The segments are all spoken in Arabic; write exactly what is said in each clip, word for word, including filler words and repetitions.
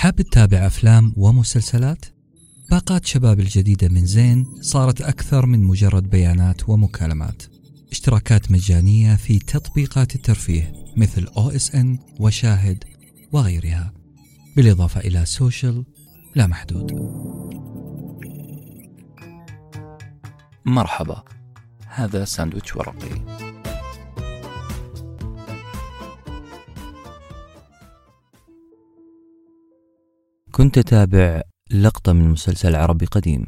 حاب تتابع أفلام ومسلسلات؟ باقات شباب الجديدة من زين صارت أكثر من مجرد بيانات ومكالمات. اشتراكات مجانية في تطبيقات الترفيه مثل أو إس إن وشاهد وغيرها، بالإضافة إلى سوشيال لا محدود. مرحبا، هذا ساندويتش ورقي. كنت أتابع لقطة من مسلسل عربي قديم.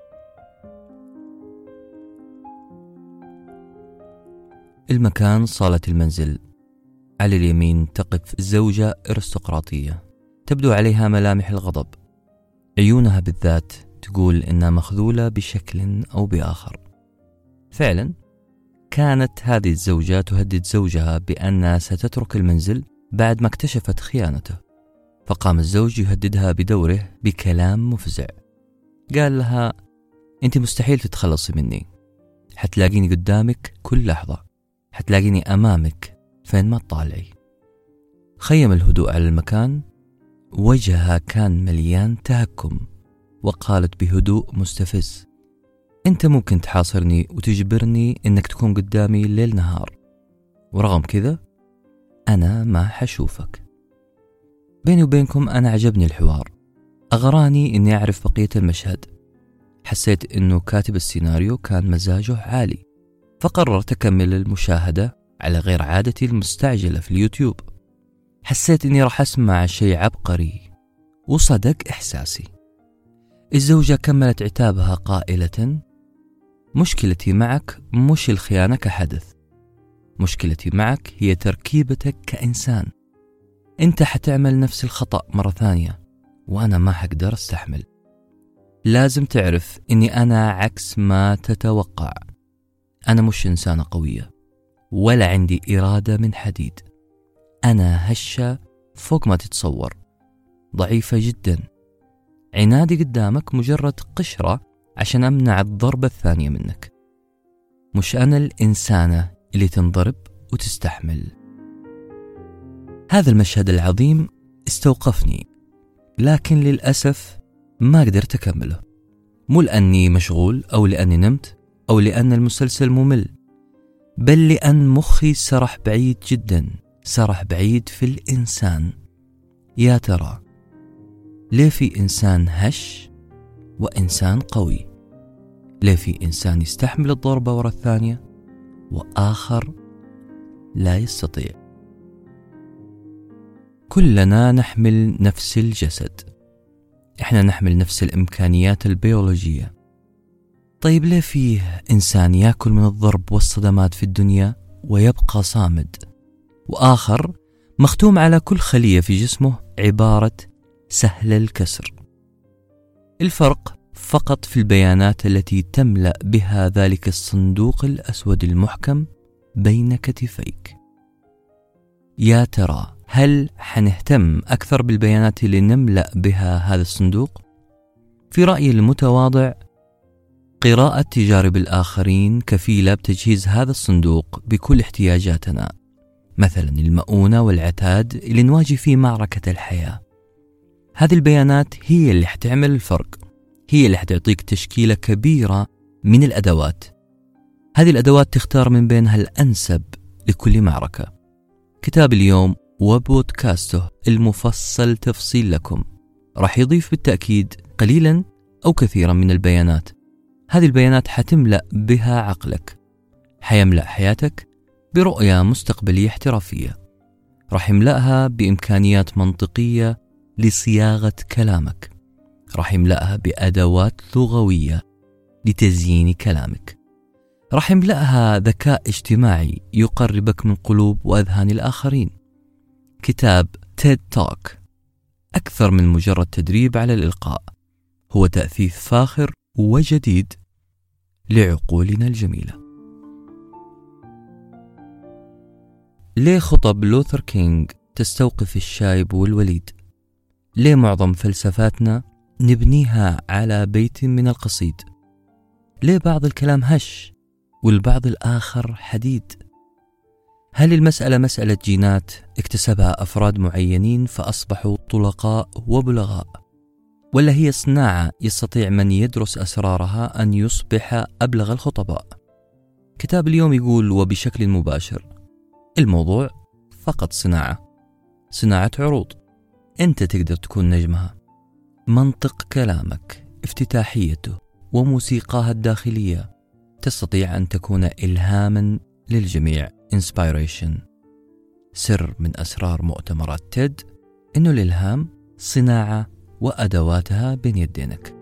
المكان صالة المنزل، على اليمين تقف زوجة أرستقراطية تبدو عليها ملامح الغضب، عيونها بالذات تقول إنها مخذولة بشكل أو بآخر. فعلا كانت هذه الزوجة تهدد زوجها بأنها ستترك المنزل بعد ما اكتشفت خيانته، فقام الزوج يهددها بدوره بكلام مفزع. قال لها: أنت مستحيل تتخلصي مني، حتلاقيني قدامك كل لحظة، حتلاقيني أمامك فين ما تطالعي. خيم الهدوء على المكان، وجهها كان مليان تهكم، وقالت بهدوء مستفز: أنت ممكن تحاصرني وتجبرني إنك تكون قدامي ليل نهار، ورغم كذا أنا ما حشوفك. بيني وبينكم أنا عجبني الحوار، أغراني إني أعرف بقية المشهد. حسيت إنه كاتب السيناريو كان مزاجه عالي، فقررت أكمل المشاهدة على غير عادتي المستعجلة في اليوتيوب. حسيت إني راح أسمع شيء عبقري، وصدق إحساسي. الزوجة كملت عتابها قائلة: مشكلتي معك مش الخيانة كحدث، مشكلتي معك هي تركيبتك كإنسان. أنت حتعمل نفس الخطأ مرة ثانية وأنا ما حقدر استحمل. لازم تعرف إني أنا عكس ما تتوقع. أنا مش إنسانة قوية، ولا عندي إرادة من حديد. أنا هشة فوق ما تتصور، ضعيفة جدا. عنادي قدامك مجرد قشرة عشان أمنع الضربة الثانية منك. مش أنا الإنسانة اللي تنضرب وتستحمل. هذا المشهد العظيم استوقفني، لكن للأسف ما قدرت أكمله. مو لأني مشغول أو لأني نمت أو لأن المسلسل ممل، بل لأن مخي سرح بعيد جدا، سرح بعيد في الإنسان. يا ترى ليه في إنسان هش وإنسان قوي؟ ليه في إنسان يستحمل الضربة ورا الثانية وآخر لا يستطيع؟ كلنا نحمل نفس الجسد، إحنا نحمل نفس الإمكانيات البيولوجية. طيب ليه فيه إنسان يأكل من الضرب والصدمات في الدنيا ويبقى صامد، وآخر مختوم على كل خلية في جسمه عبارة سهل الكسر؟ الفرق فقط في البيانات التي تملأ بها ذلك الصندوق الأسود المحكم بين كتفيك. يا ترى هل حنهتم أكثر بالبيانات اللي نملأ بها هذا الصندوق؟ في رأيي المتواضع، قراءة تجارب الآخرين كفيلة بتجهيز هذا الصندوق بكل احتياجاتنا، مثلا المؤونة والعتاد اللي نواجه فيه معركة الحياة. هذه البيانات هي اللي حتعمل الفرق، هي اللي حتعطيك تشكيلة كبيرة من الأدوات. هذه الأدوات تختار من بينها الأنسب لكل معركة. كتاب اليوم وبودكاسته المفصل تفصيل لكم راح يضيف بالتأكيد قليلا أو كثيرا من البيانات. هذه البيانات حتملأ بها عقلك، حيملأ حياتك برؤية مستقبلية احترافية، راح يملأها بإمكانيات منطقية لصياغة كلامك، راح يملأها بأدوات لغوية لتزيين كلامك، راح يملأها ذكاء اجتماعي يقربك من قلوب وأذهان الآخرين. كتاب تيد توك أكثر من مجرد تدريب على الإلقاء، هو تأثيث فاخر وجديد لعقولنا الجميلة. ليه خطب لوثر كينغ تستوقف الشايب والوليد؟ ليه معظم فلسفاتنا نبنيها على بيت من القصيد؟ ليه بعض الكلام هش والبعض الآخر حديد؟ هل المسألة مسألة جينات اكتسبها أفراد معينين فأصبحوا طلقاء وبلغاء، ولا هي صناعة يستطيع من يدرس أسرارها أن يصبح أبلغ الخطباء؟ كتاب اليوم يقول وبشكل مباشر الموضوع فقط صناعة، صناعة عروض، أنت تقدر تكون نجمها. منطق كلامك، افتتاحيته وموسيقاها الداخلية تستطيع أن تكون إلهاما للجميع. Inspiration. سر من أسرار مؤتمرات تيد إنه الإلهام صناعة وأدواتها بين يدينك.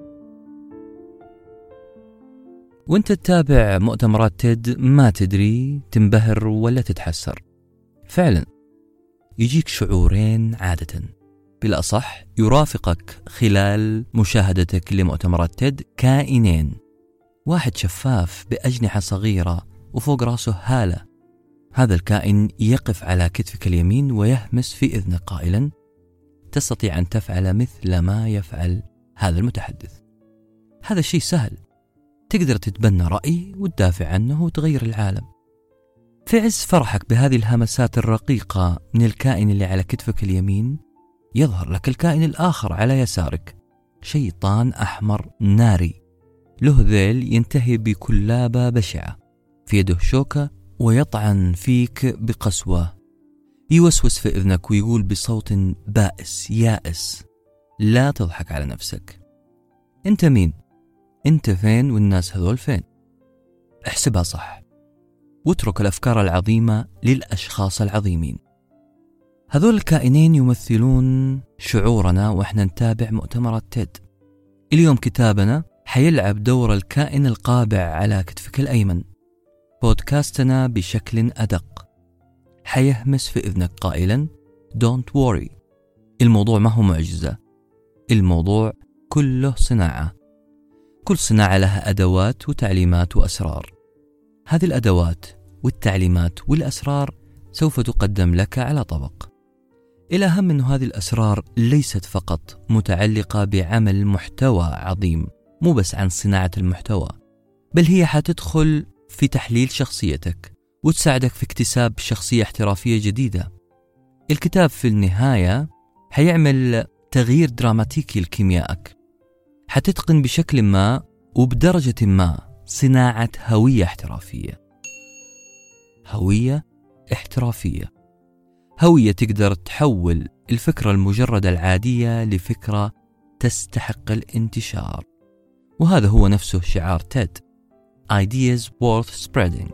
وانت تتابع مؤتمرات تيد ما تدري تنبهر ولا تتحسر. فعلا يجيك شعورين عادة، بالأصح يرافقك خلال مشاهدتك لمؤتمرات تيد كائنين، واحد شفاف بأجنحة صغيرة وفوق راسه هالة. هذا الكائن يقف على كتفك اليمين ويهمس في إذنك قائلا تستطيع أن تفعل مثل ما يفعل هذا المتحدث. هذا الشيء سهل، تقدر تتبنى رأي وتدافع عنه وتغير العالم. في عز فرحك بهذه الهمسات الرقيقة من الكائن اللي على كتفك اليمين، يظهر لك الكائن الآخر على يسارك، شيطان أحمر ناري له ذيل ينتهي بكلابة بشعة، في يده شوكة ويطعن فيك بقسوة، يوسوس في إذنك ويقول بصوت بائس يائس لا تضحك على نفسك. أنت مين؟ أنت فين والناس هذول فين؟ احسبها صح واترك الأفكار العظيمة للأشخاص العظيمين. هذول الكائنين يمثلون شعورنا وإحنا نتابع مؤتمرات تيد. اليوم كتابنا حيلعب دور الكائن القابع على كتفك الأيمن. بودكاستنا بشكل أدق حيهمس في إذنك قائلا Don't worry. الموضوع ما هو معجزة، الموضوع كله صناعة. كل صناعة لها أدوات وتعليمات وأسرار. هذه الأدوات والتعليمات والأسرار سوف تقدم لك على طبق. الأهم أن هذه الأسرار ليست فقط متعلقة بعمل محتوى عظيم، مو بس عن صناعة المحتوى، بل هي حتدخل في تحليل شخصيتك وتساعدك في اكتساب شخصية احترافية جديدة. الكتاب في النهاية حيعمل تغيير دراماتيكي لكيميائك، حتتقن بشكل ما وبدرجة ما صناعة هوية احترافية. هوية احترافية، هوية تقدر تحول الفكرة المجردة العادية لفكرة تستحق الانتشار. وهذا هو نفسه شعار تيد Ideas worth spreading.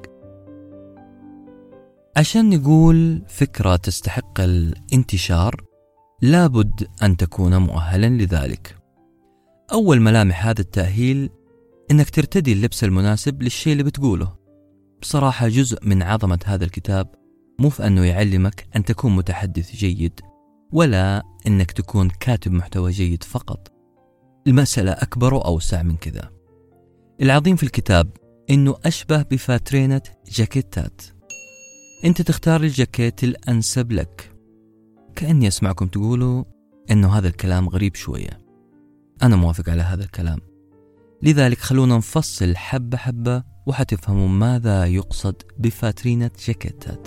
عشان نقول فكرة تستحق الانتشار لابد أن تكون مؤهلا لذلك. أول ملامح هذا التأهيل إنك ترتدي اللبس المناسب للشيء اللي بتقوله. بصراحة جزء من عظمة هذا الكتاب مو في أنه يعلمك أن تكون متحدث جيد ولا أنك تكون كاتب محتوى جيد فقط. المسألة أكبر وأوسع من كذا. العظيم في الكتاب إنه أشبه بفاترينة جاكيتات. أنت تختار الجاكيت الأنسب لك. كأني أسمعكم تقولوا إنه هذا الكلام غريب شوية. أنا موافق على هذا الكلام، لذلك خلونا نفصل حبة حبة وحتفهموا ماذا يقصد بفاترينة جاكيتات.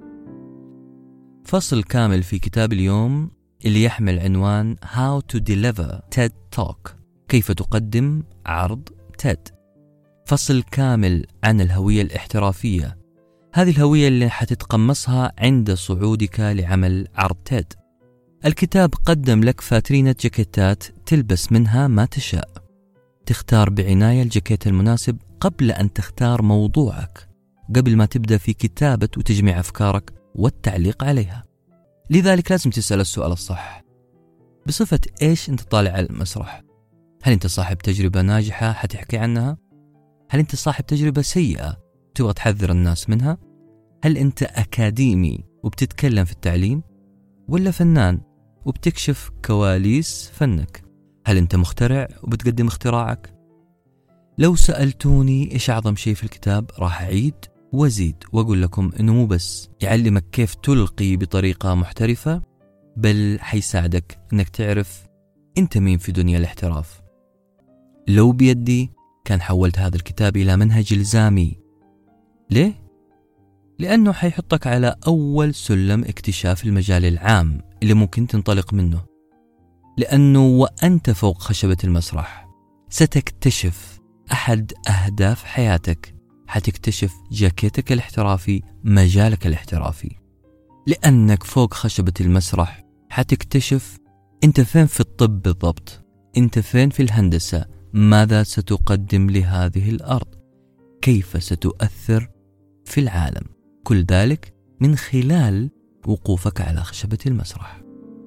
فصل كامل في كتاب اليوم اللي يحمل عنوان How to deliver TED Talk، كيف تقدم عرض تيد. فصل كامل عن الهوية الاحترافية، هذه الهوية اللي حتتقمصها عند صعودك لعمل عرض تيد. الكتاب قدم لك فاترينة جاكيتات تلبس منها ما تشاء. تختار بعناية الجاكيت المناسب قبل أن تختار موضوعك، قبل ما تبدأ في كتابة وتجميع أفكارك والتعليق عليها. لذلك لازم تسأل السؤال الصح. بصفة إيش أنت طالع على المسرح؟ هل أنت صاحب تجربة ناجحة حتحكي عنها؟ هل أنت صاحب تجربة سيئة تبغى تحذر الناس منها؟ هل أنت أكاديمي وبتتكلم في التعليم؟ ولا فنان وبتكشف كواليس فنك؟ هل أنت مخترع وبتقدم اختراعك؟ لو سألتوني إيش أعظم شيء في الكتاب راح أعيد وزيد وأقول لكم إنه مو بس يعلمك كيف تلقي بطريقة محترفة، بل حيساعدك إنك تعرف أنت مين في دنيا الاحتراف. لو بيدي كان حولت هذا الكتاب إلى منهج إلزامي. ليه؟ لأنه حيحطك على أول سلم اكتشاف المجال العام اللي ممكن تنطلق منه. لأنه وأنت فوق خشبة المسرح ستكتشف أحد أهداف حياتك، حتكتشف جاكيتك الاحترافي، مجالك الاحترافي. لأنك فوق خشبة المسرح حتكتشف أنت فين في الطب بالضبط، أنت فين في الهندسة، ماذا ستقدم لهذه الأرض، كيف ستؤثر في العالم. كل ذلك من خلال وقوفك على خشبة المسرح.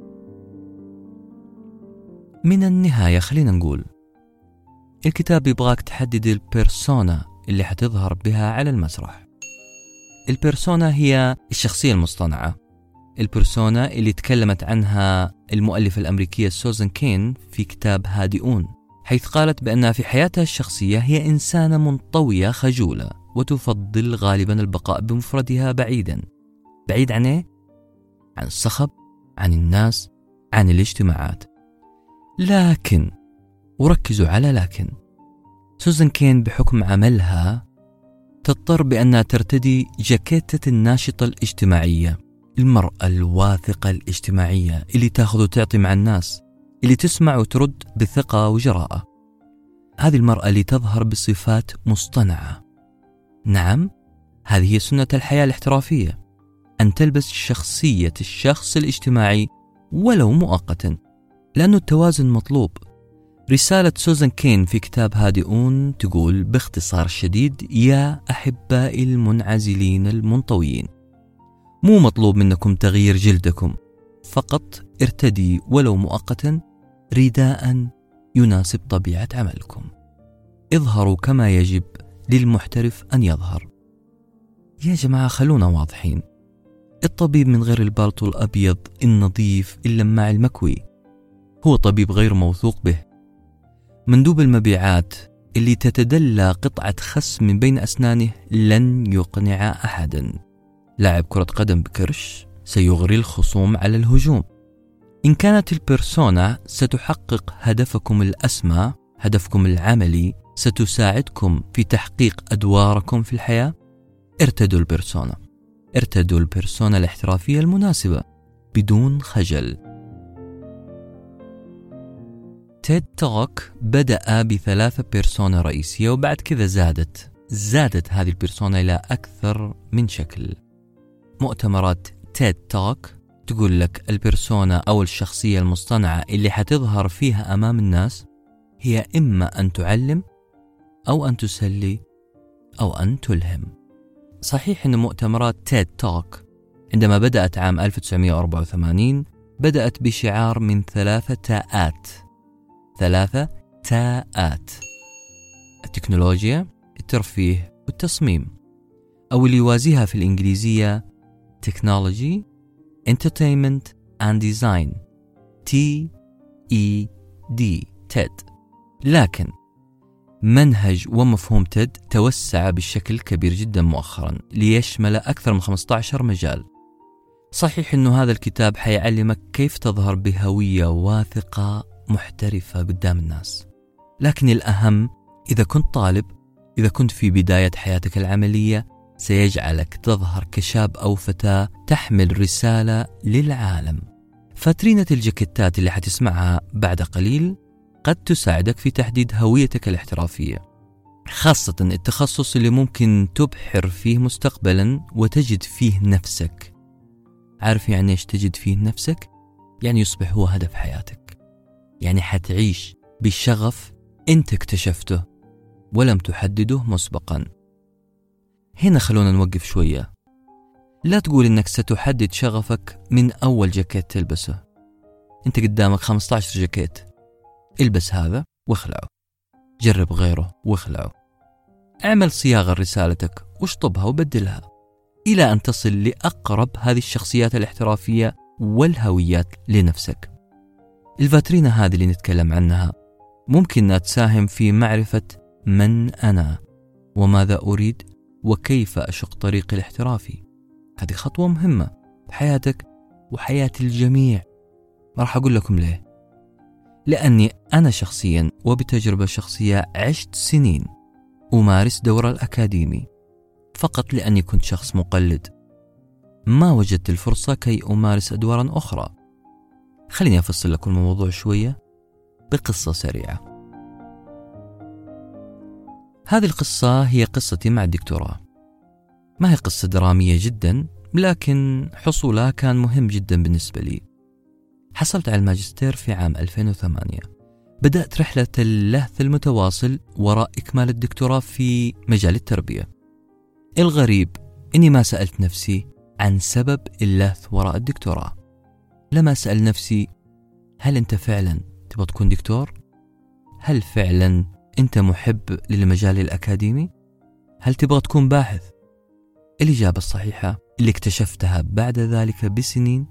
من النهاية خلينا نقول الكتاب يبغاك تحدد البيرسونا اللي حتظهر بها على المسرح. البيرسونا هي الشخصية المصطنعة، البيرسونا اللي تكلمت عنها المؤلفة الأمريكية سوزان كين في كتاب هادئون، حيث قالت بأنها في حياتها الشخصية هي إنسانة منطوية خجولة وتفضل غالبا البقاء بمفردها بعيدا. بعيد عن إيه؟ عن الصخب، عن الناس، عن الاجتماعات. لكن، وركزوا على لكن، سوزان كين بحكم عملها تضطر بأنها ترتدي جاكيتة الناشطة الاجتماعية، المرأة الواثقة الاجتماعية اللي تاخذ وتعطي مع الناس، اللي تسمع وترد بثقة وجراءة. هذه المرأة اللي تظهر بصفات مصطنعة. نعم، هذه هي سنة الحياة الاحترافية، أن تلبس شخصية الشخص الاجتماعي ولو مؤقتا، لأنه التوازن مطلوب. رسالة سوزان كين في كتاب هادئون تقول باختصار شديد: يا أحبائي المنعزلين المنطويين، مو مطلوب منكم تغيير جلدكم، فقط ارتدي ولو مؤقتا رداء يناسب طبيعة عملكم. اظهروا كما يجب للمحترف أن يظهر. يا جماعة خلونا واضحين، الطبيب من غير البالطو الأبيض النظيف اللماع المكوي هو طبيب غير موثوق به. مندوب المبيعات اللي تتدلى قطعة خس من بين أسنانه لن يقنع أحدا. لاعب كرة قدم بكرش سيغري الخصوم على الهجوم. إن كانت البيرسونا ستحقق هدفكم الأسمى، هدفكم العملي، ستساعدكم في تحقيق أدواركم في الحياة، ارتدوا البيرسونا، ارتدوا البيرسونا الاحترافية المناسبة بدون خجل. تيد توك بدأ بثلاثة بيرسونا رئيسية، وبعد كذا زادت زادت هذه البيرسونا إلى أكثر من شكل. مؤتمرات تيد توك تقول لك البيرسونا أو الشخصية المصطنعة اللي حتظهر فيها أمام الناس هي إما أن تعلم أو أن تسلي أو أن تلهم. صحيح أن مؤتمرات تيد توك عندما بدأت عام ألف وتسعمائة وأربعة وثمانين بدأت بشعار من ثلاثة تاءات، ثلاثة تاءات: التكنولوجيا، الترفيه، والتصميم، أو اللي يوازيها في الإنجليزية Technology, Entertainment and Design، تي إي دي، تيد. لكن منهج ومفهوم تيد توسع بشكل كبير جدا مؤخرا ليشمل أكثر من خمسة عشر مجال. صحيح أنه هذا الكتاب حيعلمك كيف تظهر بهوية واثقة محترفة قدام الناس، لكن الأهم إذا كنت طالب، إذا كنت في بداية حياتك العملية، سيجعلك تظهر كشاب أو فتاة تحمل رسالة للعالم. فترينة الجاكيتات اللي حتسمعها بعد قليل قد تساعدك في تحديد هويتك الاحترافية، خاصة التخصص اللي ممكن تبحر فيه مستقبلا وتجد فيه نفسك. عارف يعني ايش تجد فيه نفسك؟ يعني يصبح هو هدف حياتك، يعني حتعيش بشغف انت اكتشفته ولم تحدده مسبقا. هنا خلونا نوقف شوية. لا تقول انك ستحدد شغفك من اول جاكيت تلبسه. انت قدامك خمسة عشر جاكيت، البس هذا واخلعه، جرب غيره واخلعه، اعمل صياغة لرسالتك واشطبها وبدلها إلى أن تصل لأقرب هذه الشخصيات الاحترافية والهويات لنفسك. الفاترينا هذه اللي نتكلم عنها ممكن أن تساهم في معرفة من أنا وماذا أريد وكيف أشق طريقي الاحترافي. هذه خطوة مهمة بحياتك وحياة الجميع. ما راح أقول لكم ليه، لأني أنا شخصيا وبتجربة شخصية عشت سنين أمارس دور الأكاديمي، فقط لأني كنت شخص مقلد. ما وجدت الفرصة كي أمارس أدوارا أخرى. خليني أفصل لكم الموضوع شوية بقصة سريعة. هذه القصة هي قصتي مع الدكتوراه. ما هي قصة درامية جدا، لكن حصولها كان مهم جدا بالنسبة لي. حصلت على الماجستير في عام ألفين وثمانية. بدأت رحلة اللهث المتواصل وراء إكمال الدكتوراه في مجال التربية. الغريب إني ما سألت نفسي عن سبب اللهث وراء الدكتوراه. لما أسأل نفسي هل أنت فعلا تبغى تكون دكتور؟ هل فعلا أنت محب للمجال الأكاديمي؟ هل تبغى تكون باحث؟ الإجابة الصحيحة اللي اكتشفتها بعد ذلك بسنين: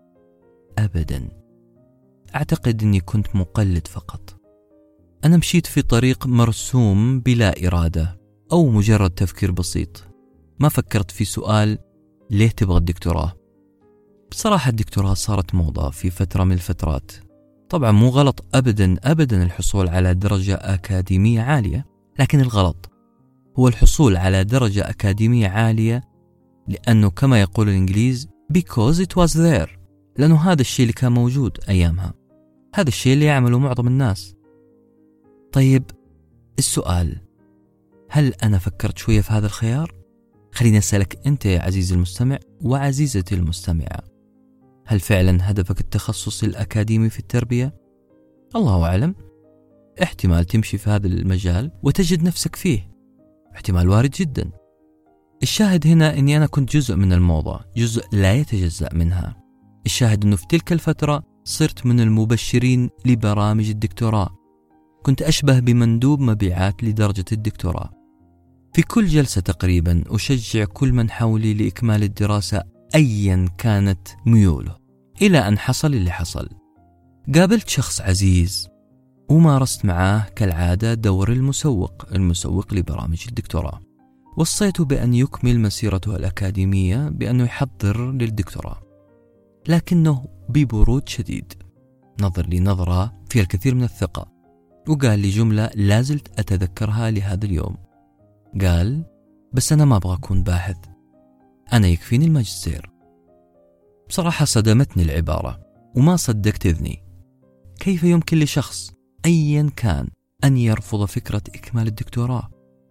أبدا. أعتقد أني كنت مقلد فقط. أنا مشيت في طريق مرسوم بلا إرادة أو مجرد تفكير بسيط. ما فكرت في سؤال ليه تبغى الدكتوراه. بصراحة الدكتوراه صارت موضة في فترة من الفترات. طبعا مو غلط أبدا أبدا الحصول على درجة أكاديمية عالية، لكن الغلط هو الحصول على درجة أكاديمية عالية لأنه كما يقول الإنجليز because it was there، لأنه هذا الشيء اللي كان موجود أيامها، هذا الشيء اللي يعمله معظم الناس. طيب السؤال، هل أنا فكرت شوية في هذا الخيار؟ خليني أسألك أنت يا عزيزي المستمع وعزيزتي المستمعة، هل فعلا هدفك التخصص الأكاديمي في التربية؟ الله أعلم. احتمال تمشي في هذا المجال وتجد نفسك فيه، احتمال وارد جدا. الشاهد هنا أني أنا كنت جزء من الموضة، جزء لا يتجزأ منها. الشاهد أنه في تلك الفترة صرت من المبشرين لبرامج الدكتوراه. كنت أشبه بمندوب مبيعات لدرجة الدكتوراه. في كل جلسة تقريبا أشجع كل من حولي لإكمال الدراسة أيا كانت ميوله، إلى أن حصل اللي حصل. قابلت شخص عزيز ومارست معاه كالعادة دور المسوق المسوق لبرامج الدكتوراه. وصيته بأن يكمل مسيرته الأكاديمية بأنه يحضر للدكتوراه، لكنه ببرود شديد نظر لي نظرة فيها الكثير من الثقة، وقال لي جملة لازلت أتذكرها لهذا اليوم. قال: بس أنا ما أبغى أكون باحث، أنا يكفيني الماجستير. بصراحة صدمتني العبارة وما صدقت إذني. كيف يمكن لشخص أيا كان أن يرفض فكرة إكمال الدكتوراه؟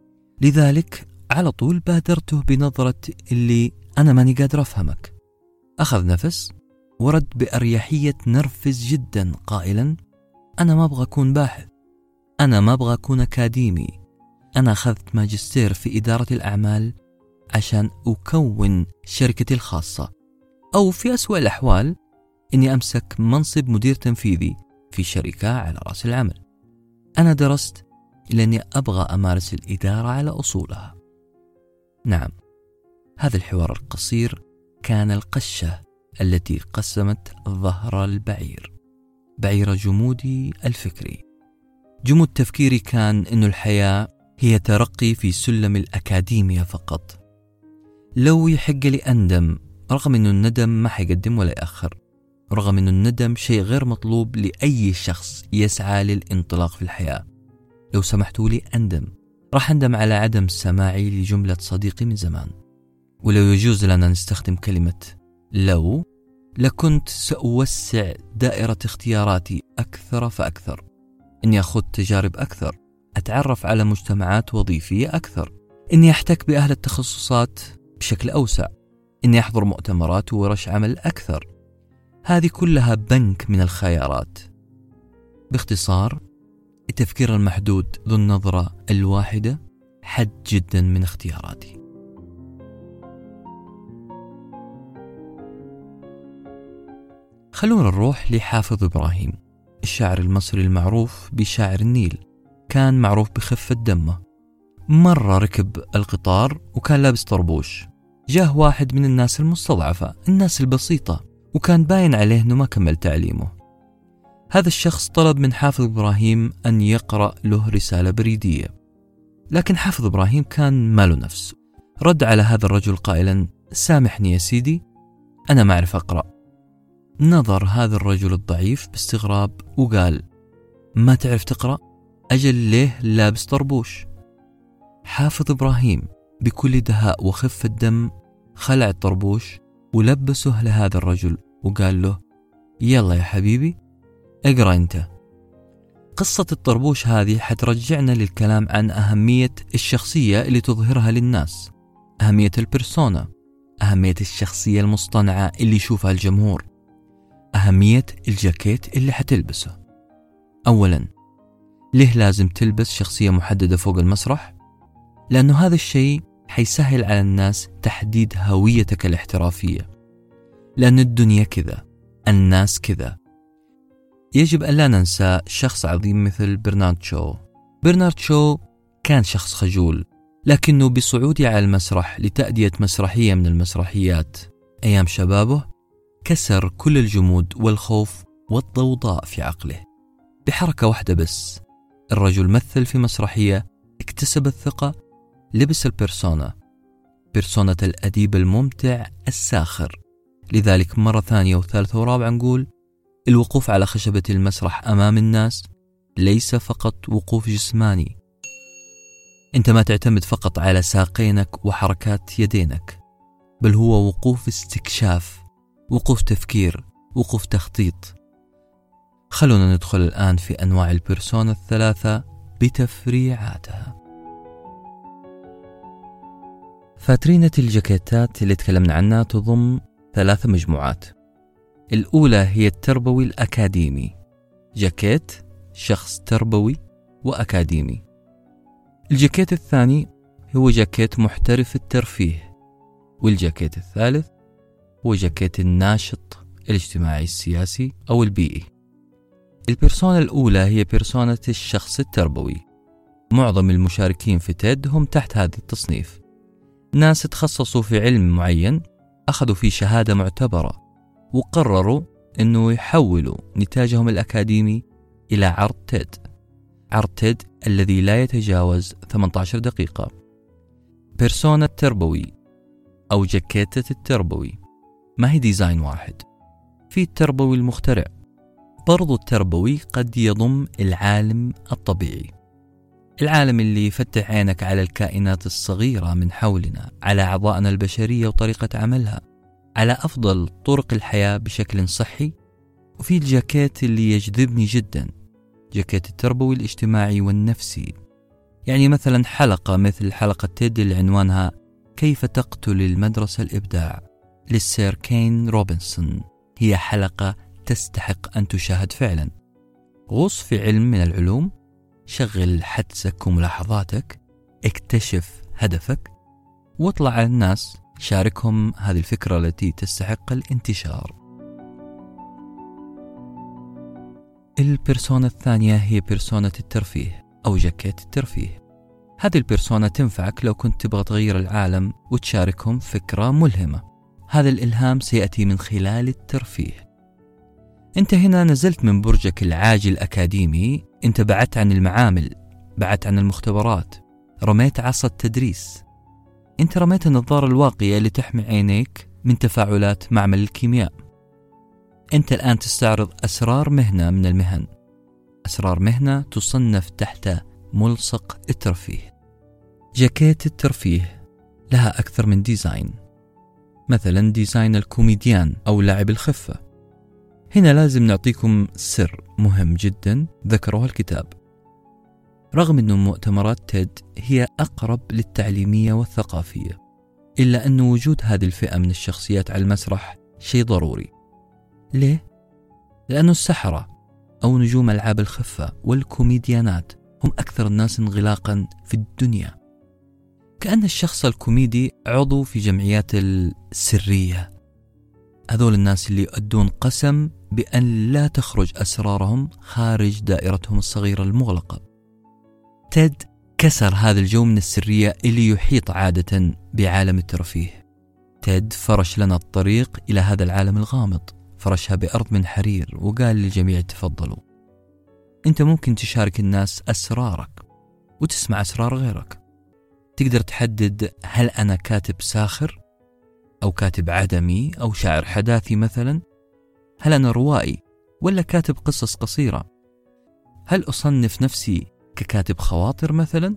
لذلك على طول بادرته بنظرة اللي أنا ماني قادر أفهمك. أخذ نفس ورد بأريحية نرفز جدا قائلا: أنا ما أبغى أكون باحث، أنا ما أبغى أكون أكاديمي، أنا أخذت ماجستير في إدارة الأعمال عشان أكون شركتي الخاصة، أو في أسوأ الأحوال إني أمسك منصب مدير تنفيذي في شركة على رأس العمل. أنا درست لأني أبغى أمارس الإدارة على أصولها. نعم، هذا الحوار القصير كان القشة التي قسمت ظهر البعير، بعير جمودي الفكري. جمود تفكيري كان إنه الحياة هي ترقي في سلم الأكاديمية فقط. لو يحق لي أندم، رغم إنه الندم ما حيقدم ولا يأخر، رغم إنه الندم شيء غير مطلوب لأي شخص يسعى للانطلاق في الحياة. لو سمحتوا لي أندم، راح أندم على عدم سماعي لجملة صديقي من زمان. ولو يجوز لنا نستخدم كلمة لو، لكنت سأوسع دائرة اختياراتي أكثر فأكثر، إني أخذ تجارب أكثر، أتعرف على مجتمعات وظيفية أكثر، إني أحتك بأهل التخصصات بشكل أوسع، إني أحضر مؤتمرات وورش عمل أكثر. هذه كلها بنك من الخيارات. باختصار، التفكير المحدود ذو النظرة الواحدة حد جدا من اختياراتي. خلونا نروح لحافظ إبراهيم، الشاعر المصري المعروف بشاعر النيل. كان معروف بخفة دمه. مرة ركب القطار وكان لابس طربوش. جاه واحد من الناس المستضعفة، الناس البسيطة، وكان باين عليه أنه ما كمل تعليمه. هذا الشخص طلب من حافظ إبراهيم أن يقرأ له رسالة بريدية، لكن حافظ إبراهيم كان ماله نفس. رد على هذا الرجل قائلا: سامحني يا سيدي، أنا ما أعرف أقرأ. نظر هذا الرجل الضعيف باستغراب وقال: ما تعرف تقرأ؟ أجل ليه لابس طربوش؟ حافظ إبراهيم بكل دهاء وخفة دم خلع الطربوش ولبسه لهذا الرجل وقال له: يلا يا حبيبي اقرأ انت. قصة الطربوش هذه حترجعنا للكلام عن أهمية الشخصية اللي تظهرها للناس، أهمية البرسونا، أهمية الشخصية المصطنعة اللي يشوفها الجمهور، أهمية الجاكيت اللي حتلبسه. أولا، ليه لازم تلبس شخصية محددة فوق المسرح؟ لأنه هذا الشيء حيسهل على الناس تحديد هويتك الاحترافية، لأن الدنيا كذا، الناس كذا. يجب أن لا ننسى شخص عظيم مثل برنارد شو. برنارد شو كان شخص خجول، لكنه بصعوده على المسرح لتأدية مسرحية من المسرحيات أيام شبابه كسر كل الجمود والخوف والضوضاء في عقله بحركة واحدة بس. الرجل مثل في مسرحية، اكتسب الثقة، لبس البيرسونا، بيرسونة الأديب الممتع الساخر. لذلك مرة ثانية وثالثة ورابعة نقول: الوقوف على خشبة المسرح أمام الناس ليس فقط وقوف جسماني. أنت ما تعتمد فقط على ساقينك وحركات يدينك، بل هو وقوف استكشاف، وقوف تفكير، وقوف تخطيط. خلونا ندخل الآن في أنواع البيرسونا الثلاثة بتفريعاتها. فاترينة الجاكيتات اللي تكلمنا عنها تضم ثلاث مجموعات. الأولى هي التربوي الأكاديمي، جاكيت شخص تربوي وأكاديمي. الجاكيت الثاني هو جاكيت محترف الترفيه، والجاكيت الثالث هو جاكيت الناشط الاجتماعي السياسي أو البيئي. البيرسونا الأولى هي بيرسونا الشخص التربوي. معظم المشاركين في تيد هم تحت هذا التصنيف، ناس تخصصوا في علم معين، أخذوا فيه شهادة معتبرة، وقرروا أنه يحولوا نتاجهم الأكاديمي إلى عرض تيد. عرض تيد الذي لا يتجاوز ثمانية عشر دقيقة. بيرسونا التربوي أو جاكيتة التربوي ما هي ديزاين واحد، في التربوي المخترع. برضو التربوي قد يضم العالم الطبيعي، العالم اللي يفتح عينك على الكائنات الصغيرة من حولنا، على أعضائنا البشرية وطريقة عملها، على أفضل طرق الحياة بشكل صحي. وفي الجاكيت اللي يجذبني جدا، جاكيت التربوي الاجتماعي والنفسي. يعني مثلا حلقة مثل حلقة تيد اللي عنوانها كيف تقتل المدرسة الإبداع للسير كين روبنسون، هي حلقة تستحق أن تشاهد فعلا. غوص في علم من العلوم، شغل حدسك وملاحظاتك، اكتشف هدفك، واطلع على الناس شاركهم هذه الفكرة التي تستحق الانتشار. البيرسونا الثانية هي بيرسونا الترفيه أو جاكيت الترفيه. هذه البيرسونا تنفعك لو كنت تبغى تغير العالم وتشاركهم فكرة ملهمة. هذا الإلهام سيأتي من خلال الترفيه. أنت هنا نزلت من برجك العاجل الأكاديمي، أنت بعدت عن المعامل، بعدت عن المختبرات، رميت عصا التدريس، أنت رميت النظارة الواقية اللي تحمي عينيك من تفاعلات معمل الكيمياء. أنت الآن تستعرض أسرار مهنة من المهن، أسرار مهنة تصنف تحت ملصق الترفيه. جاكيت الترفيه لها أكثر من ديزاين، مثلا ديزاين الكوميديان أو لاعب الخفة. هنا لازم نعطيكم سر مهم جدا ذكره الكتاب. رغم أن مؤتمرات تيد هي أقرب للتعليمية والثقافية، إلا أن وجود هذه الفئة من الشخصيات على المسرح شيء ضروري. ليه؟ لأن السحرة أو نجوم ألعاب الخفة والكوميديانات هم أكثر الناس انغلاقا في الدنيا. كأن الشخص الكوميدي عضو في جمعيات السرية، هذول الناس اللي يؤدون قسم بأن لا تخرج أسرارهم خارج دائرتهم الصغيرة المغلقة. تيد كسر هذا الجو من السرية اللي يحيط عادة بعالم الترفيه. تيد فرش لنا الطريق إلى هذا العالم الغامض، فرشها بأرض من حرير، وقال للجميع تفضلوا. أنت ممكن تشارك الناس أسرارك وتسمع أسرار غيرك. تقدر تحدد هل أنا كاتب ساخر أو كاتب عدمي أو شاعر حداثي مثلا، هل أنا روائي ولا كاتب قصص قصيرة، هل أصنف نفسي ككاتب خواطر مثلا،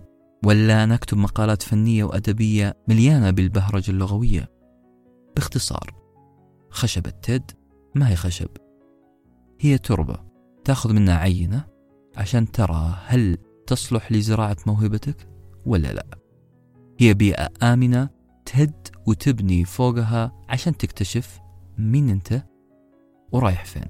ولا نكتب مقالات فنية وأدبية مليانة بالبهرجة اللغوية؟ باختصار، خشبة تيد ما هي خشب، هي تربة تأخذ منها عينة عشان ترى هل تصلح لزراعة موهبتك ولا لا. هي بيئة آمنة تهد وتبني فوقها عشان تكتشف مين أنت ورايح فين.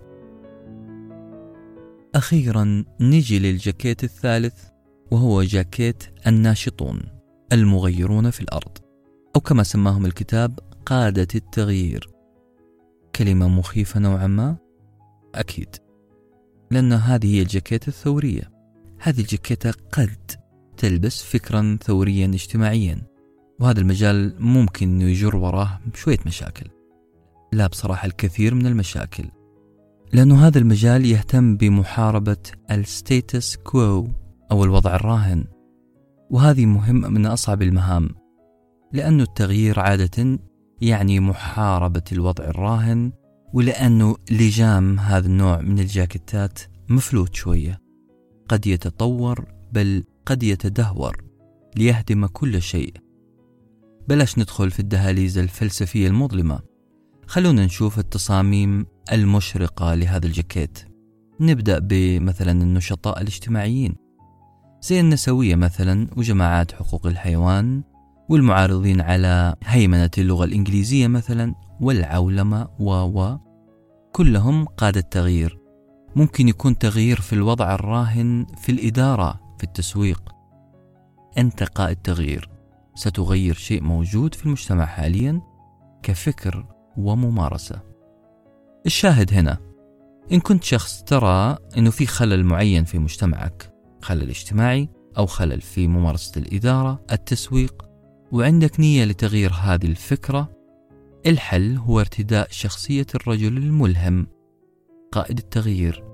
أخيرا نجي للجاكيت الثالث، وهو جاكيت الناشطون المغيرون في الأرض، أو كما سماهم الكتاب قادة التغيير. كلمة مخيفة نوعا ما، أكيد، لأن هذه هي الجاكيت الثورية. هذه الجاكيتة قد تلبس فكرا ثوريا اجتماعيا، وهذا المجال ممكن أنه يجر وراه شوية مشاكل، لا بصراحة الكثير من المشاكل، لأنه هذا المجال يهتم بمحاربة الستيتس كوو أو الوضع الراهن، وهذه مهمة من أصعب المهام، لأنه التغيير عادة يعني محاربة الوضع الراهن، ولأنه لجام هذا النوع من الجاكيتات مفلوت شوية، قد يتطور بل قد يتدهور ليهدم كل شيء. بلاش ندخل في الدهاليز الفلسفية المظلمة، خلونا نشوف التصاميم المشرقة لهذا الجاكيت. نبدأ بمثلا النشطاء الاجتماعيين زي النسوية مثلا، وجماعات حقوق الحيوان، والمعارضين على هيمنة اللغة الإنجليزية مثلا، والعولمة و كلهم قادة تغيير. ممكن يكون تغيير في الوضع الراهن في الإدارة، في التسويق. أنت قائد تغيير، ستغير شيء موجود في المجتمع حاليا كفكر وممارسة. الشاهد هنا، إن كنت شخص ترى أنه في خلل معين في مجتمعك، خلل اجتماعي أو خلل في ممارسة الإدارة، التسويق، وعندك نية لتغيير هذه الفكرة، الحل هو ارتداء شخصية الرجل الملهم قائد التغيير.